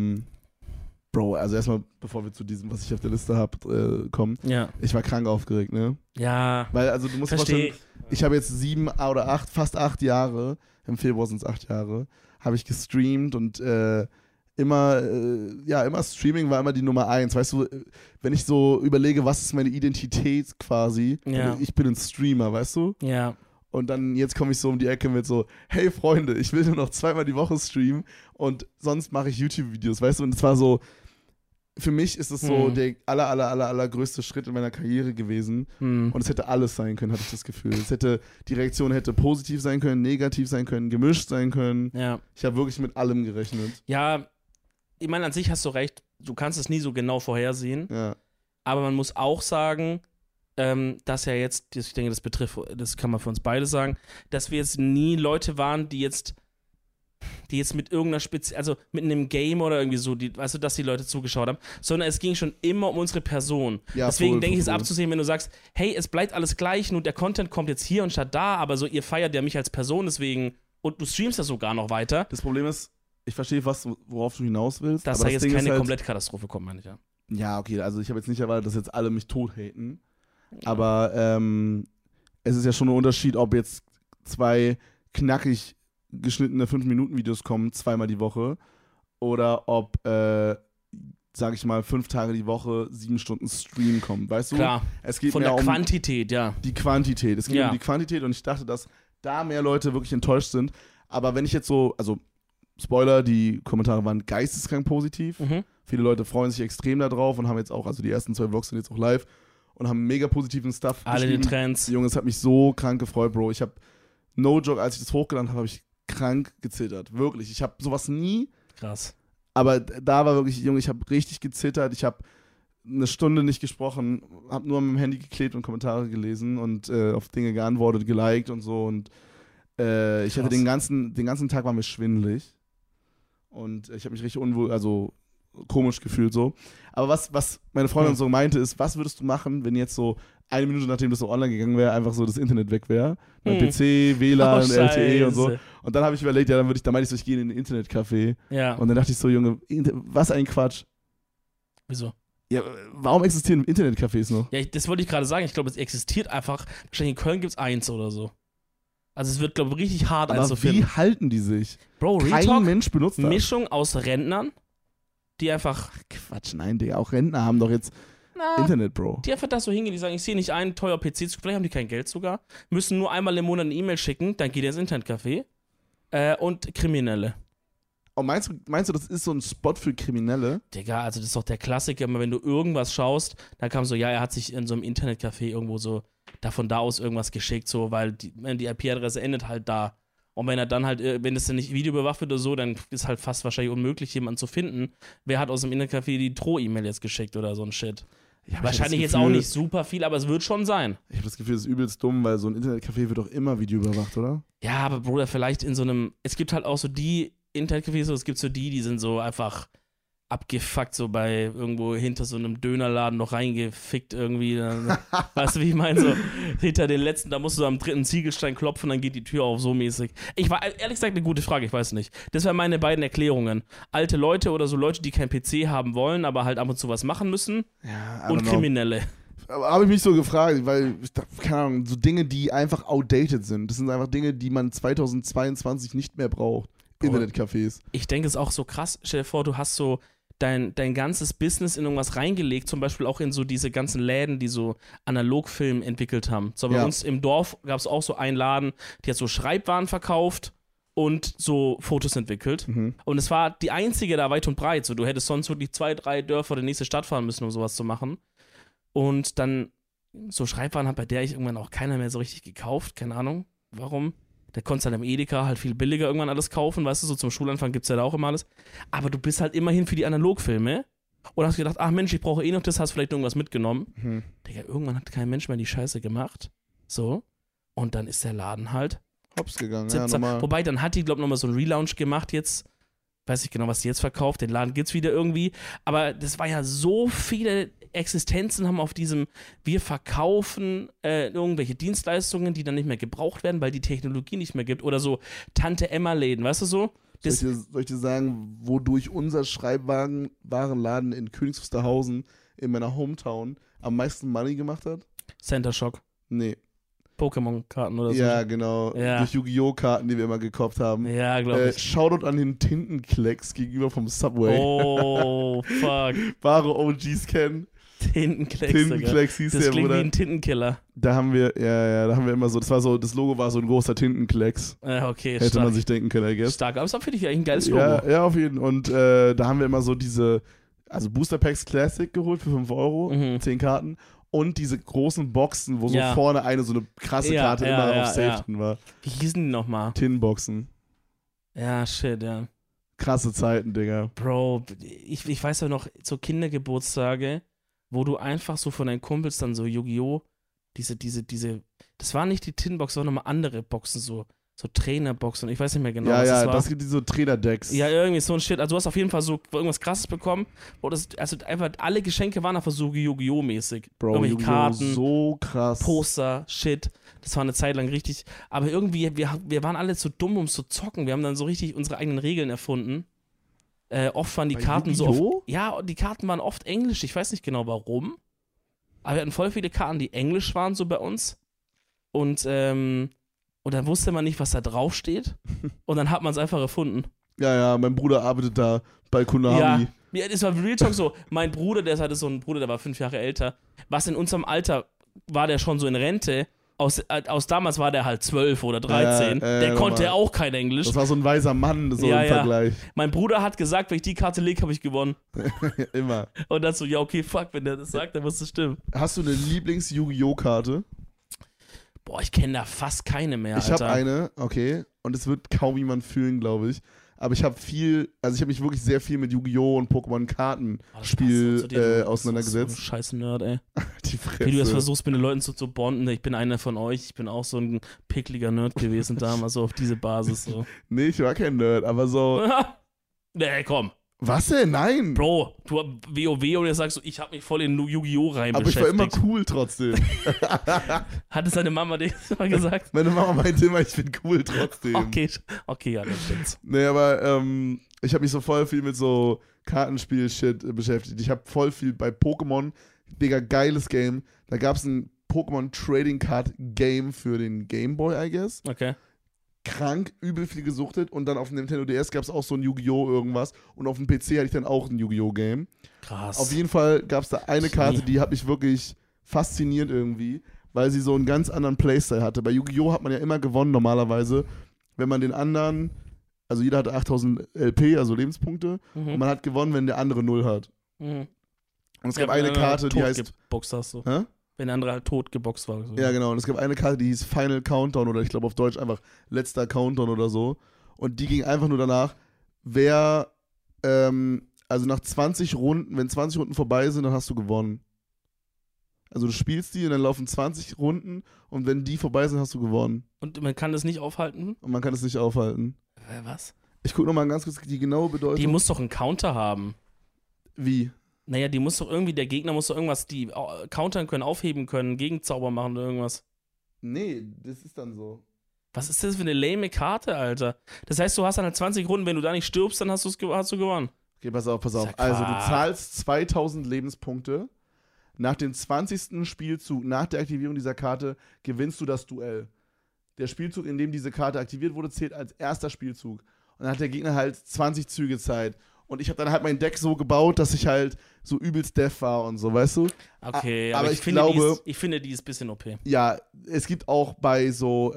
Bro, also erstmal, bevor wir zu diesem, was ich auf der Liste habe, kommen. Ja. Ich war krank aufgeregt, ne? Ja. Weil, also du musst dir vorstellen, ich habe jetzt 7 oder 8, fast 8 Jahre, im Februar sind es 8 Jahre, habe ich gestreamt und immer Streaming war immer die Nummer 1. Weißt du, wenn ich so überlege, was ist meine Identität quasi, ich bin ein Streamer, weißt du? Ja. Und dann jetzt komme ich so um die Ecke mit so, hey Freunde, ich will nur noch zweimal die Woche streamen und sonst mache ich YouTube-Videos, weißt du? Und es war so, für mich ist es so der allergrößte Schritt in meiner Karriere gewesen. Und es hätte alles sein können, hatte ich das Gefühl. Die Reaktion hätte positiv sein können, negativ sein können, gemischt sein können. Ja. Ich habe wirklich mit allem gerechnet. Ja, ich meine, an sich hast du recht, du kannst es nie so genau vorhersehen. Ja. Aber man muss auch sagen, dass ja jetzt, ich denke, das kann man für uns beide sagen, dass wir jetzt nie Leute waren, die jetzt mit irgendeiner also mit einem Game oder irgendwie so, weißt du, dass die Leute zugeschaut haben, sondern es ging schon immer um unsere Person. Ja, deswegen denke ich, es voll. abzusehen, wenn du sagst, hey, es bleibt alles gleich, nur der Content kommt jetzt hier und statt da, aber so, ihr feiert ja mich als Person, deswegen, und du streamst ja sogar noch weiter. Das Problem ist, ich verstehe, worauf du hinaus willst. Dass aber da das jetzt Ding keine ist halt, Komplettkatastrophe kommt, meine ich ja. Ja, okay, also ich habe jetzt nicht erwartet, dass jetzt alle mich tot haten. Aber es ist ja schon ein Unterschied, ob jetzt 2 knackig geschnittene 5-Minuten-Videos kommen, zweimal die Woche, oder ob, sag ich mal, 5 Tage die Woche 7 Stunden Stream kommen, weißt du? Klar, es geht von mehr der um Quantität, ja. die Quantität. Es geht Ja. um die Quantität und ich dachte, dass da mehr Leute wirklich enttäuscht sind. Aber wenn ich jetzt so, also Spoiler, die Kommentare waren geisteskrank positiv. Viele Leute freuen sich extrem darauf und haben jetzt auch, also die ersten 2 Vlogs sind jetzt auch live und haben mega positiven Stuff Alle die Trends. Junge, es hat mich so krank gefreut, Bro. Ich habe, no joke, als ich das hochgeladen habe, habe ich krank gezittert. Wirklich. Ich habe sowas nie. Krass. Aber da war wirklich, Junge, ich habe richtig gezittert. Ich habe eine Stunde nicht gesprochen, habe nur am Handy geklebt und Kommentare gelesen und auf Dinge geantwortet, geliked und so. Und ich hatte den ganzen Tag war mir schwindelig. Und ich habe mich richtig komisch gefühlt so. Aber was meine Freundin so meinte ist, was würdest du machen, wenn jetzt so 1 Minute nachdem das so online gegangen wäre, einfach so das Internet weg wäre? Mein PC, WLAN, LTE und so. Und dann habe ich überlegt, ja, dann meinte ich so, ich gehe in ein Internetcafé. Ja. Und dann dachte ich so, Junge, was ein Quatsch. Wieso? Ja, warum existieren Internetcafés noch? Ja, das wollte ich gerade sagen. Ich glaube, es existiert einfach. Wahrscheinlich in Köln gibt es 1 oder so. Also es wird, glaube ich, richtig hart, Aber eins zu wie finden. halten die sich? Bro, Real Kein Talk, Mensch benutzt das. Mischung aus Rentnern, die einfach, Quatsch, nein, Digga, auch Rentner haben doch jetzt Internet, Bro. die einfach da so hingehen, die sagen, ich sehe nicht einen teuer PC, vielleicht haben die kein Geld sogar, müssen nur einmal im Monat eine E-Mail schicken, dann geht er ins Internetcafé. Und Kriminelle. Oh, meinst du, das ist so ein Spot für Kriminelle? Digga, also das ist doch der Klassiker, immer wenn du irgendwas schaust, dann kam so, ja, er hat sich in so einem Internetcafé irgendwo so von da aus irgendwas geschickt, so, weil die IP-Adresse endet halt da. Und wenn er dann halt, wenn das dann nicht videoüberwacht wird oder so, dann ist halt fast wahrscheinlich unmöglich, jemanden zu finden. Wer hat aus dem Internetcafé die Droh-E-Mail jetzt geschickt oder so ein Shit? Wahrscheinlich jetzt auch nicht super viel, aber es wird schon sein. Ich habe das Gefühl, das ist übelst dumm, weil so ein Internetcafé wird doch immer videoüberwacht, oder? Ja, aber Bruder, vielleicht in so einem, es gibt halt auch so die Internetcafés, es gibt so die sind so einfach abgefuckt, so bei irgendwo hinter so einem Dönerladen noch reingefickt irgendwie. Weißt du, wie ich meine? So hinter den letzten, da musst du am 3. Ziegelstein klopfen, dann geht die Tür auf, so mäßig. Ich war, ehrlich gesagt, eine gute Frage, ich weiß nicht. Das wären meine beiden Erklärungen. Alte Leute oder so Leute, die kein PC haben wollen, aber halt ab und zu was machen müssen. Ja, und Kriminelle. Aber habe ich mich so gefragt, weil, keine Ahnung, so Dinge, die einfach outdated sind. Das sind einfach Dinge, die man 2022 nicht mehr braucht. Internetcafés. Ich denke, es ist auch so krass. Stell dir vor, du hast so dein ganzes Business in irgendwas reingelegt, zum Beispiel auch in so diese ganzen Läden, die so Analogfilm entwickelt haben. So bei uns im Dorf gab es auch so einen Laden, die hat so Schreibwaren verkauft und so Fotos entwickelt. Und es war die einzige da weit und breit. So, du hättest sonst wirklich 2, 3 Dörfer in die nächste Stadt fahren müssen, um sowas zu machen. Und dann so Schreibwaren hat bei der ich irgendwann auch keiner mehr so richtig gekauft. Keine Ahnung, warum. Da konntest du halt im Edeka halt viel billiger irgendwann alles kaufen, weißt du, so zum Schulanfang gibt es ja da auch immer alles. Aber du bist halt immerhin für die Analogfilme und hast gedacht, ach Mensch, ich brauche eh noch das, hast vielleicht irgendwas mitgenommen. Digga, irgendwann hat kein Mensch mehr die Scheiße gemacht. So. Und dann ist der Laden halt hops gegangen, ja, normal. Wobei, dann hat die, glaube ich, nochmal so einen Relaunch gemacht jetzt. Weiß nicht genau, was die jetzt verkauft. Den Laden gibt's wieder irgendwie. Aber das war ja so viele Existenzen haben auf diesem, wir verkaufen irgendwelche Dienstleistungen, die dann nicht mehr gebraucht werden, weil die Technologie nicht mehr gibt. Oder so Tante-Emma-Läden, weißt du so? Soll ich dir sagen, wodurch unser Schreibwarenladen in Königs Wusterhausen in meiner Hometown am meisten Money gemacht hat? Center Shock. Nee. Pokémon-Karten oder so. Ja, genau. Ja. Durch Yu-Gi-Oh! Karten, die wir immer gekauft haben. Ja, glaube ich. Shoutout an den Tintenklecks gegenüber vom Subway. Oh, fuck. Wahre OGs kennen. Tintenklecks hieß das der, klingt Bruder. wie ein Tintenkiller. Da haben wir immer so, das Logo war so ein großer Tintenklecks. Okay, Hätte man sich denken können, I guess. Stark, aber es finde ich eigentlich ein geiles Logo. Ja, auf jeden Fall. Und da haben wir immer so diese, also Booster Packs Classic geholt für 5 Euro, 10 Karten. Und diese großen Boxen, wo so vorne so eine krasse Karte immer auf Safe drin war. Wie hießen die nochmal? Tinboxen. Ja, shit, ja. Krasse Zeiten, Digga. Bro, ich weiß ja noch, so Kindergeburtstage, wo du einfach so von deinen Kumpels dann so Yu-Gi-Oh! Diese, das waren nicht die Tinbox, sondern nochmal andere Boxen, so Trainerboxen, ich weiß nicht mehr genau, was das war. Das gibt diese Trainerdecks. Ja, irgendwie so ein Shit. Also du hast auf jeden Fall so irgendwas Krasses bekommen. Also einfach alle Geschenke waren einfach so Yu-Gi-Oh! Mäßig. Bro, irgendwelche Yu-Gi-Oh! Karten, So krass. Poster, Shit. Das war eine Zeit lang richtig. Aber irgendwie, wir waren alle zu dumm, um zu zocken. Wir haben dann so richtig unsere eigenen Regeln erfunden. Oft waren die Karten Yu-Gi-Oh? so oft. Ja, die Karten waren oft Englisch. Ich weiß nicht genau warum. Aber wir hatten voll viele Karten, die Englisch waren, so bei uns. Und dann wusste man nicht, was da draufsteht. Und dann hat man es einfach erfunden. Ja, mein Bruder arbeitet da bei Konami. Ja, das war Real Talk so. Mein Bruder, der hatte so einen Bruder, der war 5 Jahre älter. Was in unserem Alter war der schon so in Rente. Aus damals war der halt 12 oder 13. Der konnte auch kein Englisch. Das war so ein weiser Mann, so im Vergleich. Mein Bruder hat gesagt, wenn ich die Karte lege, habe ich gewonnen. Immer. Und dann so, ja, okay, fuck, wenn der das sagt, dann muss das stimmen. Hast du eine Lieblings-Yu-Gi-Oh!-Karte? Boah, ich kenne da fast keine mehr, Alter. Ich habe eine, okay, und es wird kaum jemand fühlen, glaube ich. Aber ich habe mich wirklich sehr viel mit Yu-Gi-Oh! Und Pokémon-Kartenspiel auseinandergesetzt. So ein scheiß Nerd, ey. Die Fresse. Wie du das versuchst, mit den Leuten zu bonden. Ich bin einer von euch. Ich bin auch so ein pickliger Nerd gewesen damals, so auf diese Basis. So. Nee, ich war kein Nerd, aber so. Nee, komm. Was denn? Nein. Bro, du WoW und jetzt sagst du, ich habe mich voll in Yu-Gi-Oh! rein aber beschäftigt. Aber ich war immer cool trotzdem. Hat es deine Mama dir mal gesagt? Meine Mama meinte immer, ich bin cool trotzdem. Okay, ja, das stimmt's. Nee, aber ich habe mich so voll viel mit so Kartenspiel-Shit beschäftigt. Ich habe voll viel bei Pokémon, Digga, geiles Game. Da gab es ein Pokémon Trading Card Game für den Game Boy, I guess. Okay. Krank, übel viel gesuchtet und dann auf dem Nintendo DS gab es auch so ein Yu-Gi-Oh! Irgendwas und auf dem PC hatte ich dann auch ein Yu-Gi-Oh! Game. Krass. Auf jeden Fall gab es da eine Karte, die hat mich wirklich fasziniert irgendwie, weil sie so einen ganz anderen Playstyle hatte. Bei Yu-Gi-Oh! Hat man ja immer gewonnen normalerweise, wenn man den anderen, also jeder hatte 8000 LP, also Lebenspunkte, und man hat gewonnen, wenn der andere 0 hat. Und es gab eine Karte, die heißt... Hast du. Hä? Wenn der andere halt tot geboxt war. So. Ja, genau. Und es gab eine Karte, die hieß Final Countdown oder ich glaube auf Deutsch einfach letzter Countdown oder so. Und die ging einfach nur danach, wer, also nach 20 Runden, wenn 20 Runden vorbei sind, dann hast du gewonnen. Also du spielst die und dann laufen 20 Runden und wenn die vorbei sind, hast du gewonnen. Und man kann das nicht aufhalten? Und man kann es nicht aufhalten. Was? Ich gucke nochmal ganz kurz die genaue Bedeutung. Die muss doch einen Counter haben. Wie? Naja, der Gegner muss doch irgendwas, die countern können, aufheben können, Gegenzauber machen oder irgendwas. Nee, das ist dann so. Was ist das für eine lame Karte, Alter? Das heißt, du hast dann halt 20 Runden, wenn du da nicht stirbst, dann hast du gewonnen. Okay, pass auf. Ja, Also, du zahlst 2000 Lebenspunkte. Nach dem 20. Spielzug, nach der Aktivierung dieser Karte, gewinnst du das Duell. Der Spielzug, in dem diese Karte aktiviert wurde, zählt als erster Spielzug. Und dann hat der Gegner halt 20 Züge Zeit. Und ich habe dann halt mein Deck so gebaut, dass ich halt so übelst deaf war und so, weißt du? Okay, aber ich finde, die ist ein bisschen OP. Ja, es gibt auch bei so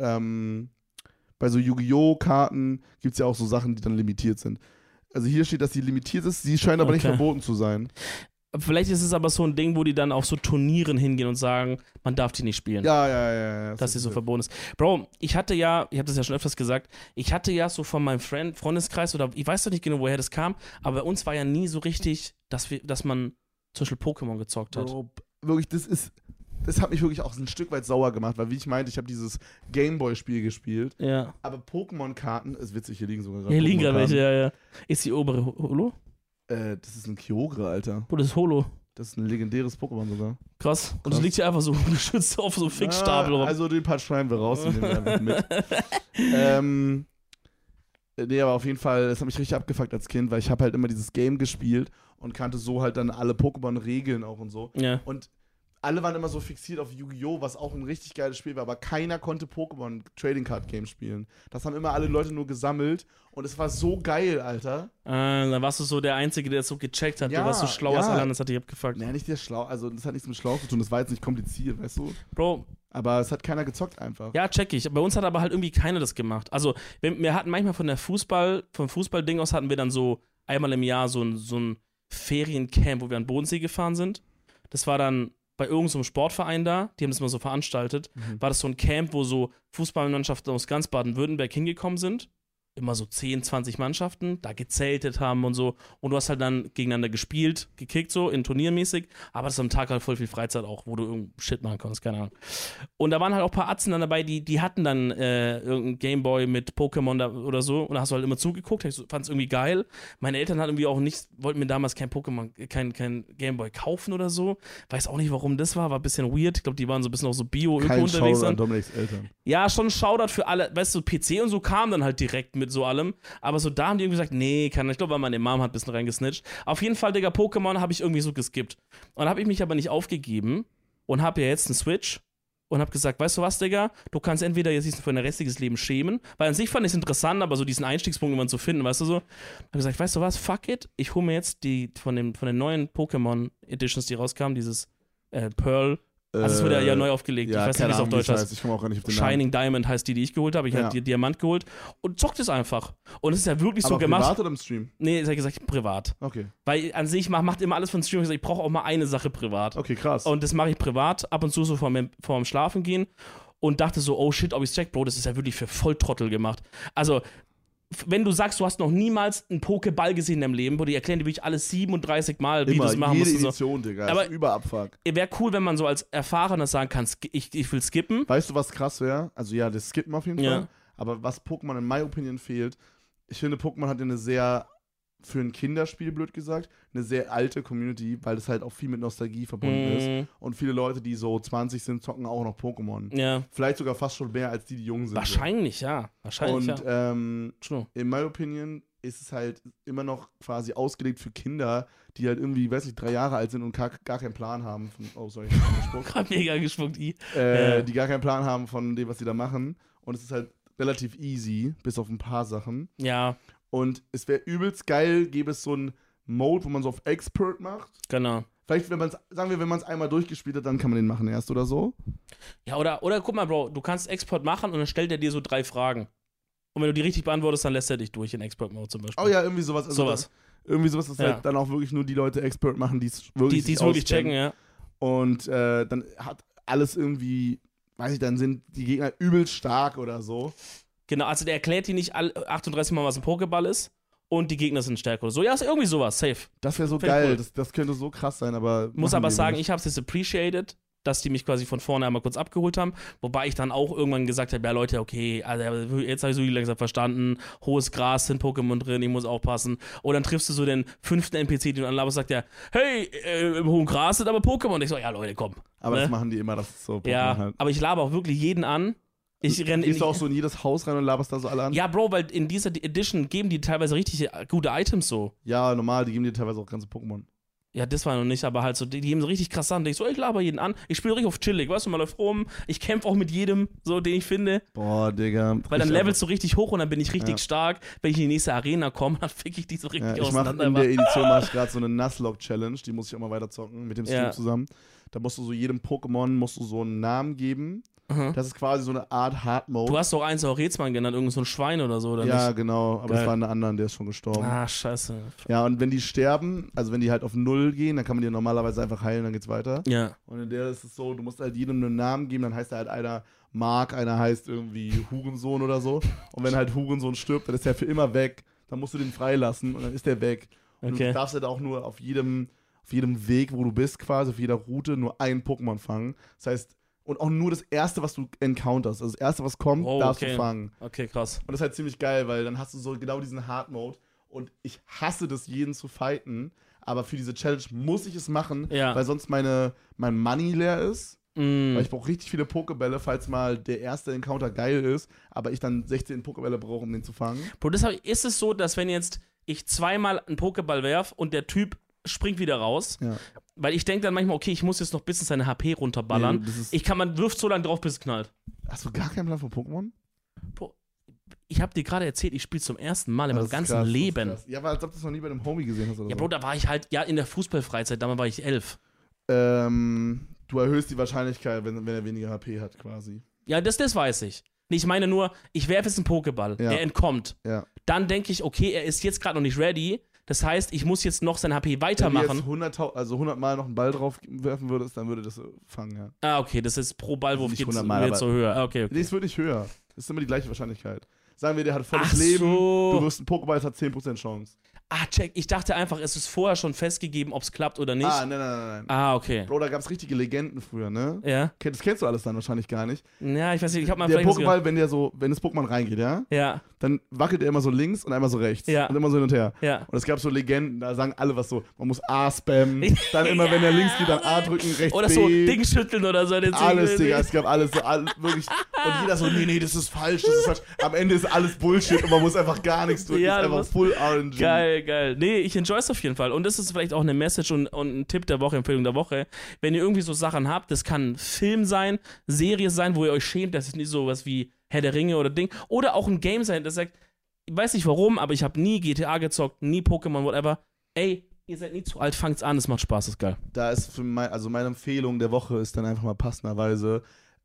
Yu-Gi-Oh! Karten gibt es ja auch so Sachen, die dann limitiert sind. Also hier steht, dass sie limitiert ist, sie scheint aber nicht verboten zu sein. Vielleicht ist es aber so ein Ding, wo die dann auf so Turnieren hingehen und sagen, man darf die nicht spielen. Ja. Dass sie so verboten ist. Bro, ich habe das ja schon öfters gesagt, ich hatte ja so von meinem Freundeskreis oder ich weiß doch nicht genau, woher das kam, aber bei uns war ja nie so richtig, dass man zum Beispiel Pokémon gezockt hat. Bro, wirklich, das hat mich wirklich auch ein Stück weit sauer gemacht, weil wie ich meinte, ich habe dieses Gameboy-Spiel gespielt, ja. Aber Pokémon-Karten, ist witzig, hier liegen sogar gerade. Hier liegen gerade welche, ja. Ist die obere Holo? Das ist ein Kyogre, Alter. Oh, das ist Holo. Das ist ein legendäres Pokémon sogar. Krass. Und das liegt hier einfach so geschützt auf so einem Fixstapel rum. Also den Part schneiden wir raus und nehmen wir einfach mit. Nee, aber auf jeden Fall, das hat mich richtig abgefuckt als Kind, weil ich habe halt immer dieses Game gespielt und kannte so halt dann alle Pokémon-Regeln auch und so. Ja. Und alle waren immer so fixiert auf Yu-Gi-Oh!, was auch ein richtig geiles Spiel war, aber keiner konnte Pokémon Trading Card Game spielen. Das haben immer alle Leute nur gesammelt und es war so geil, Alter. Dann warst du so der Einzige, der es so gecheckt hat. Du warst so schlau als alle anderen, das hat dich abgefuckt. Naja, nicht der schlau, also das hat nichts mit schlau zu tun, das war jetzt nicht kompliziert, weißt du? Bro. Aber es hat keiner gezockt einfach. Ja, check ich. Bei uns hat aber halt irgendwie keiner das gemacht. Also, wir hatten manchmal vom Fußballding aus hatten wir dann so einmal im Jahr so ein Feriencamp, wo wir an Bodensee gefahren sind. Das war dann bei irgendeinem so Sportverein da, die haben das mal so veranstaltet, war das so ein Camp, wo so Fußballmannschaften aus ganz Baden-Württemberg hingekommen sind. Immer so 10, 20 Mannschaften, da gezeltet haben und so. Und du hast halt dann gegeneinander gespielt, gekickt so, in turniermäßig. Aber das ist am Tag halt voll viel Freizeit auch, wo du irgendeinen Shit machen konntest, keine Ahnung. Und da waren halt auch ein paar Atzen dann dabei, die hatten dann irgendeinen Gameboy mit Pokémon oder so. Und da hast du halt immer zugeguckt, fand es irgendwie geil. Meine Eltern hatten irgendwie auch wollten mir damals kein Gameboy kaufen oder so. Weiß auch nicht, warum das war ein bisschen weird. Ich glaube, die waren so ein bisschen auch so Bio-Öko unterwegs. An Dominiks Eltern. Ja, schon ein Shoutout für alle. Weißt du, PC und so kam dann halt direkt mit so allem. Aber so da haben die irgendwie gesagt, nee, kann nicht. Ich glaube, weil meine Mom hat ein bisschen reingesnitcht. Auf jeden Fall, Digga, Pokémon habe ich irgendwie so geskippt. Und dann habe ich mich aber nicht aufgegeben und habe ja jetzt einen Switch und habe gesagt, weißt du was, Digga, du kannst entweder jetzt dich für dein restliches Leben schämen, weil an sich fand ich es interessant, aber so diesen Einstiegspunkt immer zu finden, weißt du so. Habe gesagt, weißt du was, fuck it, ich hole mir jetzt die von den neuen Pokémon Editions, die rauskamen, dieses Pearl. Also es wurde ja neu aufgelegt. Ja, ich weiß nicht, wie es auf Deutsch heißt. Ich komme auch gar nicht auf den Shining Diamond heißt die ich geholt habe. Ich habe die Diamant geholt und zockt es einfach. Und es ist ja wirklich aber so gemacht. Privat oder im Stream? Nee, das habe ich gesagt, privat. Okay. Weil an sich macht immer alles von Stream. Ich brauche auch mal eine Sache privat. Okay, krass. Und das mache ich privat, ab und zu so vorm Schlafen gehen. Und dachte so, oh shit, ob ich's check, Bro, das ist ja wirklich für Volltrottel gemacht. Also, wenn du sagst, du hast noch niemals einen Pokéball gesehen in deinem Leben, die erklären dir wirklich alles 37 Mal, wie du es machen musst. Jede Edition, so. Digga. Aber Überabfuck. Wäre cool, wenn man so als Erfahrener sagen kann, ich will skippen. Weißt du, was krass wäre? Also ja, das Skippen auf jeden Fall. Aber was Pokémon in my opinion fehlt, ich finde, Pokémon hat eine sehr, für ein Kinderspiel, blöd gesagt, eine sehr alte Community, weil das halt auch viel mit Nostalgie verbunden ist. Und viele Leute, die so 20 sind, zocken auch noch Pokémon. Ja. Vielleicht sogar fast schon mehr, als die jung sind. Wahrscheinlich, so. Ja. Wahrscheinlich, und in my opinion ist es halt immer noch quasi ausgelegt für Kinder, die halt irgendwie, weiß nicht, 3 Jahre alt sind und gar keinen Plan haben von, Gerade mega gespuckt, die gar keinen Plan haben von dem, was sie da machen. Und es ist halt relativ easy, bis auf ein paar Sachen. Ja. Und es wäre übelst geil, gäbe es so einen Mode, wo man so auf Expert macht. Genau. Vielleicht, wenn man es einmal durchgespielt hat, dann kann man den machen erst oder so. Ja, oder guck mal, Bro, du kannst Export machen und dann stellt er dir so 3 Fragen. Und wenn du die richtig beantwortest, dann lässt er dich durch in Expert-Mode zum Beispiel. Oh ja, irgendwie sowas. Also irgendwie sowas, dass halt dann auch wirklich nur die Leute Expert machen, die es wirklich die es wirklich checken, ja. Und dann hat alles irgendwie, weiß ich, dann sind die Gegner übelst stark oder so. Genau, also der erklärt dir nicht 38 Mal, was ein Pokéball ist und die Gegner sind stärker oder so. Ja, ist irgendwie sowas, safe. Das wäre so geil, cool. Das könnte so krass sein, aber muss aber sagen, ich habe es jetzt appreciated, dass die mich quasi von vorne einmal kurz abgeholt haben, wobei ich dann auch irgendwann gesagt habe, ja Leute, okay, also jetzt habe ich so langsam verstanden, hohes Gras, sind Pokémon drin, ich muss aufpassen. Und dann triffst du so den 5. NPC, den du anlaberst, sagt ja, hey, im hohen Gras sind aber Pokémon. Und ich so, ja Leute, komm. Aber ne? das machen die immer, das ist so Pokémon Ja, halt. aber ich laber auch wirklich jeden an. Ich renne Gehst du auch so in jedes Haus rein und laberst da so alle an? Ja, Bro, weil in dieser Edition geben die teilweise richtig gute Items so. Ja, normal, die geben dir teilweise auch ganze Pokémon. Ja, das war noch nicht, aber halt so, die geben so richtig krass an. Ich so, ich laber jeden an. Ich spiele richtig auf chillig, weißt du, man läuft rum. Ich kämpfe auch mit jedem, so, den ich finde. Boah, Digga. Weil dann levelst du richtig hoch und dann bin ich richtig stark. Wenn ich in die nächste Arena komme, dann fick ich die so richtig auseinander. In der Edition mache ich gerade so eine Nuzlocke-Challenge, die muss ich auch mal weiter zocken mit dem Stream zusammen. Da musst du so jedem Pokémon so einen Namen geben. Das ist quasi so eine Art Hard-Mode. Du hast doch eins auch Rätsmann genannt, irgend so ein Schwein oder so, oder nicht? Ja, genau, aber es war eine andere, der ist schon gestorben. Ah, scheiße. Ja, und wenn die sterben, also wenn die halt auf 0 gehen, dann kann man die normalerweise einfach heilen, dann geht's weiter. Ja. Und in der ist es so, du musst halt jedem einen Namen geben, dann heißt er halt einer Mark, einer heißt irgendwie Hurensohn oder so. Und wenn halt Hurensohn stirbt, dann ist er für immer weg. Dann musst du den freilassen und dann ist der weg. Und du darfst halt auch nur auf jedem Weg, wo du bist, quasi, auf jeder Route, nur ein Pokémon fangen. Das heißt, und auch nur das Erste, was du encounterst. Also das Erste, was kommt, darfst du fangen. Okay, krass. Und das ist halt ziemlich geil, weil dann hast du so genau diesen Hard-Mode. Und ich hasse das, jeden zu fighten. Aber für diese Challenge muss ich es machen, weil sonst mein Money leer ist. Weil ich brauche richtig viele Pokebälle, falls mal der erste Encounter geil ist, aber ich dann 16 Pokebälle brauche, um den zu fangen. Bro, deshalb ist es so, dass wenn jetzt ich zweimal einen Pokéball werf und der Typ springt wieder raus, weil ich denke dann manchmal, okay, ich muss jetzt noch ein bisschen seine HP runterballern. Nee, man wirft so lange drauf, bis es knallt. Hast du gar keinen Plan von Pokémon? Bro, ich habe dir gerade erzählt, ich spiele zum ersten Mal in meinem ganzen Leben. Ja, aber als ob du es noch nie bei einem Homie gesehen hast oder so. Ja, Bro, da war ich halt, in der Fußballfreizeit, damals war ich 11. Du erhöhst die Wahrscheinlichkeit, wenn er weniger HP hat, quasi. Ja, das weiß ich. Nee, ich meine nur, ich werfe jetzt einen Pokéball, er entkommt. Ja. Dann denke ich, okay, er ist jetzt gerade noch nicht ready. Das heißt, ich muss jetzt noch sein HP weitermachen. Wenn du jetzt 100 Mal noch einen Ball drauf werfen würdest, dann würde das fangen, ja. Ah, okay, das ist pro Ballwurf geht es so höher. Okay. Nee, es wird nicht höher. Das ist immer die gleiche Wahrscheinlichkeit. Sagen wir, der hat volles Leben, du wirst einen Pokéball, es hat 10% Chance. Ah, check. Ich dachte einfach, es ist vorher schon festgegeben, ob es klappt oder nicht. Nein. Ah, okay. Bro, da gab es richtige Legenden früher, ne? Ja. Das kennst du alles dann wahrscheinlich gar nicht. Ja, ich weiß nicht, ich hab mal Der Pokéball, wenn das Pokémon reingeht, ja? Dann wackelt er immer so links und einmal so rechts. Ja. Und immer so hin und her. Ja. Und es gab so Legenden, da sagen alle was so, man muss A spammen, dann immer, wenn er links geht, dann A drücken, rechts oder B. so Ding schütteln oder so. Alles, Digga, es gab alles so, wirklich. Und jeder so, nee, das ist falsch, das ist falsch. Am Ende ist alles Bullshit und man muss einfach gar nichts drücken. Ja, ist einfach full RNG. Geil. Nee, ich enjoy es auf jeden Fall. Und das ist vielleicht auch eine Message und ein Tipp der Woche, Empfehlung der Woche. Wenn ihr irgendwie so Sachen habt, das kann ein Film sein, Serie sein, wo ihr euch schämt, das ist nicht sowas wie Herr der Ringe oder Ding. Oder auch ein Game sein, das sagt, ich weiß nicht warum, aber ich habe nie GTA gezockt, nie Pokémon, whatever. Ey, ihr seid nie zu alt, fangt's an, es macht Spaß, ist geil. Da ist meine Empfehlung der Woche ist dann einfach mal passenderweise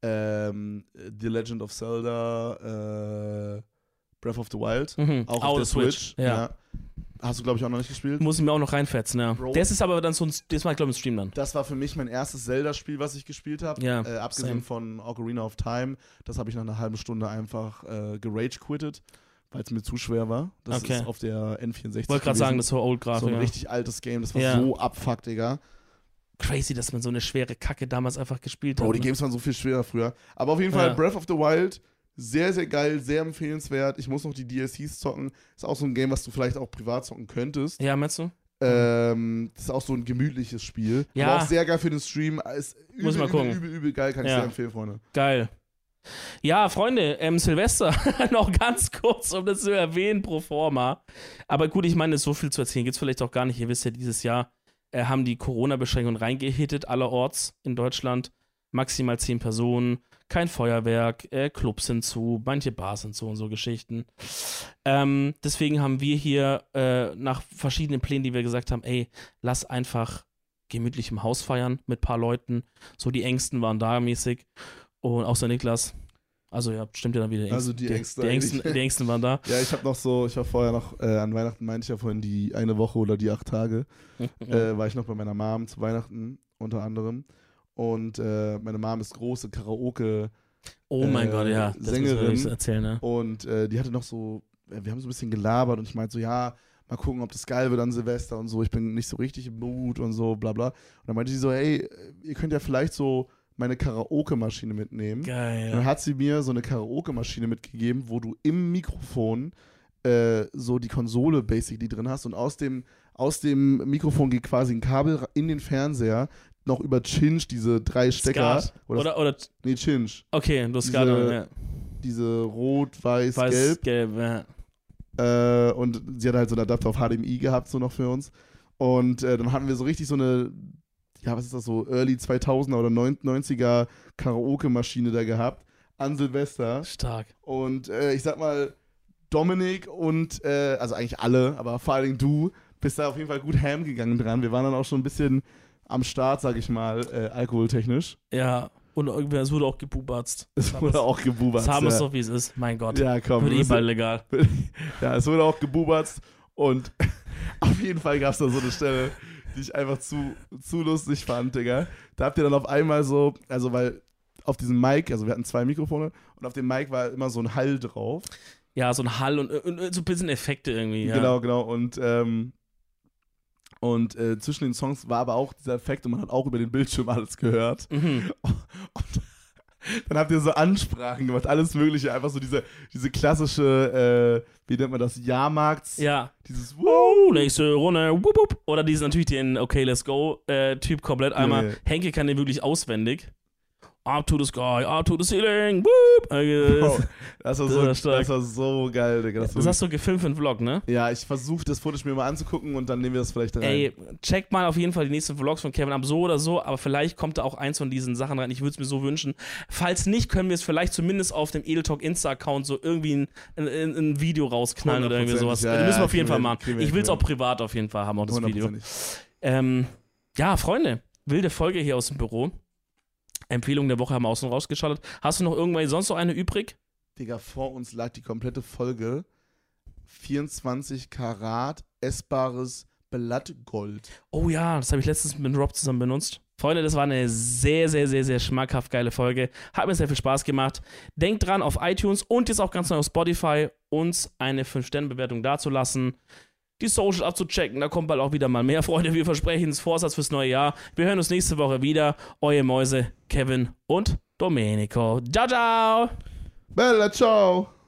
The Legend of Zelda, Breath of the Wild, auch auf der Switch. Ja. Hast du, glaube ich, auch noch nicht gespielt? Muss ich mir auch noch reinfetzen, ja. Bro, das ist aber dann das war, glaube ich, ein Stream dann. Das war für mich mein erstes Zelda-Spiel, was ich gespielt habe. Ja, abgesehen von Ocarina of Time. Das habe ich nach einer halben Stunde einfach gerage-quittet, weil es mir zu schwer war. Das ist auf der N64. Ich wollte gerade sagen, das war old Graphic. So ein richtig altes Game, das war so abfuck, Digga. Crazy, dass man so eine schwere Kacke damals einfach gespielt hat. Bro, die Games waren so viel schwerer früher. Aber auf jeden Fall Breath of the Wild, sehr, sehr geil, sehr empfehlenswert. Ich muss noch die DLCs zocken. Ist auch so ein Game, was du vielleicht auch privat zocken könntest. Ja, meinst du? Das ist auch so ein gemütliches Spiel. Ja. Aber auch sehr geil für den Stream. Ist muss mal gucken. Übel geil, kann ich sehr empfehlen, Freunde. Geil. Ja, Freunde, Silvester, noch ganz kurz, um das zu erwähnen, pro forma. Aber gut, ich meine, so viel zu erzählen gibt es vielleicht auch gar nicht. Ihr wisst ja, dieses Jahr haben die Corona-Beschränkungen reingehittet, allerorts in Deutschland. Maximal 10 Personen, kein Feuerwerk, Clubs sind zu, manche Bars sind zu und so Geschichten. Deswegen haben wir hier nach verschiedenen Plänen, die wir gesagt haben, ey, lass einfach gemütlich im Haus feiern mit ein paar Leuten. So die Ängsten waren da mäßig. Und außer Niklas. Also ja, stimmt ja dann wieder. Also die Ängsten waren da. Ja, ich war vorher noch, an Weihnachten meinte ich ja vorhin die eine Woche oder die 8 Tage, war ich noch bei meiner Mom zu Weihnachten unter anderem. Und meine Mom ist große Karaoke oh mein Gott, ja. Das Sängerin. muss ich erzählen, ne? Und die hatte noch so, wir haben so ein bisschen gelabert und ich meinte so, ja, mal gucken, ob das geil wird an Silvester und so. Ich bin nicht so richtig im Mut und so, bla bla. Und dann meinte sie so, hey, ihr könnt ja vielleicht so meine Karaoke-Maschine mitnehmen. Geil. Dann hat sie mir so eine Karaoke-Maschine mitgegeben, wo du im Mikrofon so die Konsole basically drin hast und aus dem Mikrofon geht quasi ein Kabel in den Fernseher, noch über Cinch, diese 3 Stecker. Skat. Oder Nee, Cinch. okay, du Skat. Ja. Diese rot, weiß, gelb. Gelb, ja. Und sie hat halt so einen Adapter auf HDMI gehabt, so noch für uns. Und dann hatten wir so richtig so eine, ja, was ist das, so Early 2000er oder 90er Karaoke-Maschine da gehabt. An Silvester. Stark. Und ich sag mal, Dominik und, also eigentlich alle, aber vor allen Dingen du, bist da auf jeden Fall gut ham gegangen dran. Wir waren dann auch schon ein bisschen am Start, sag ich mal, alkoholtechnisch. Ja, und irgendwie, es wurde auch gebubatzt. Es wurde auch gebubatzt. Sagen wir es doch, wie es ist. Mein Gott. Ja, komm. Wird bald legal. Ja, es wurde auch gebubatzt und auf jeden Fall gab es da so eine Stelle, die ich einfach zu lustig fand, Digga. Da habt ihr dann auf einmal so, also weil auf diesem Mic, also wir hatten 2 Mikrofone und auf dem Mic war immer so ein Hall drauf. Ja, so ein Hall und so ein bisschen Effekte irgendwie. Ja. Genau. Und zwischen den Songs war aber auch dieser Effekt und man hat auch über den Bildschirm alles gehört. Mhm. Und dann habt ihr so Ansprachen gemacht, alles Mögliche, einfach so diese klassische, wie nennt man das, Jahrmarkts. Ja. Dieses nächste Runde, wup, wup. Oder natürlich den Okay, let's go Typ komplett einmal. Nee. Henke kann den wirklich auswendig. Up to the sky, up to the ceiling, whoop. Bro, das war so geil, Digga. Das hast du gefilmt für einen Vlog, ne? Ja, ich versuche das Footage mir mal anzugucken und dann nehmen wir das vielleicht rein. Ey, checkt mal auf jeden Fall die nächsten Vlogs von Kevin ab, so oder so, aber vielleicht kommt da auch eins von diesen Sachen rein. Ich würde es mir so wünschen. Falls nicht, können wir es vielleicht zumindest auf dem Edeltalk Insta-Account so irgendwie ein Video rausknallen oder irgendwie sowas. Ja, das müssen wir auf jeden Fall wir, machen. Ich will es auch privat auf jeden Fall haben, auch das Video. Ja, Freunde, wilde Folge hier aus dem Büro. Empfehlung der Woche haben wir außen rausgeschaltet. Hast du noch irgendwann sonst noch eine übrig? Digga, vor uns lag die komplette Folge 24 Karat essbares Blattgold. Oh ja, das habe ich letztens mit Rob zusammen benutzt. Freunde, das war eine sehr, sehr, sehr, sehr schmackhaft geile Folge. Hat mir sehr viel Spaß gemacht. Denkt dran, auf iTunes und jetzt auch ganz neu auf Spotify uns eine 5-Sterne-Bewertung dazulassen. Die Social abzuchecken, da kommt bald auch wieder mal mehr, Freunde. Wir versprechen es, Vorsatz fürs neue Jahr. Wir hören uns nächste Woche wieder. Eure Mäuse, Kevin und Domenico. Ciao, ciao! Bella, ciao!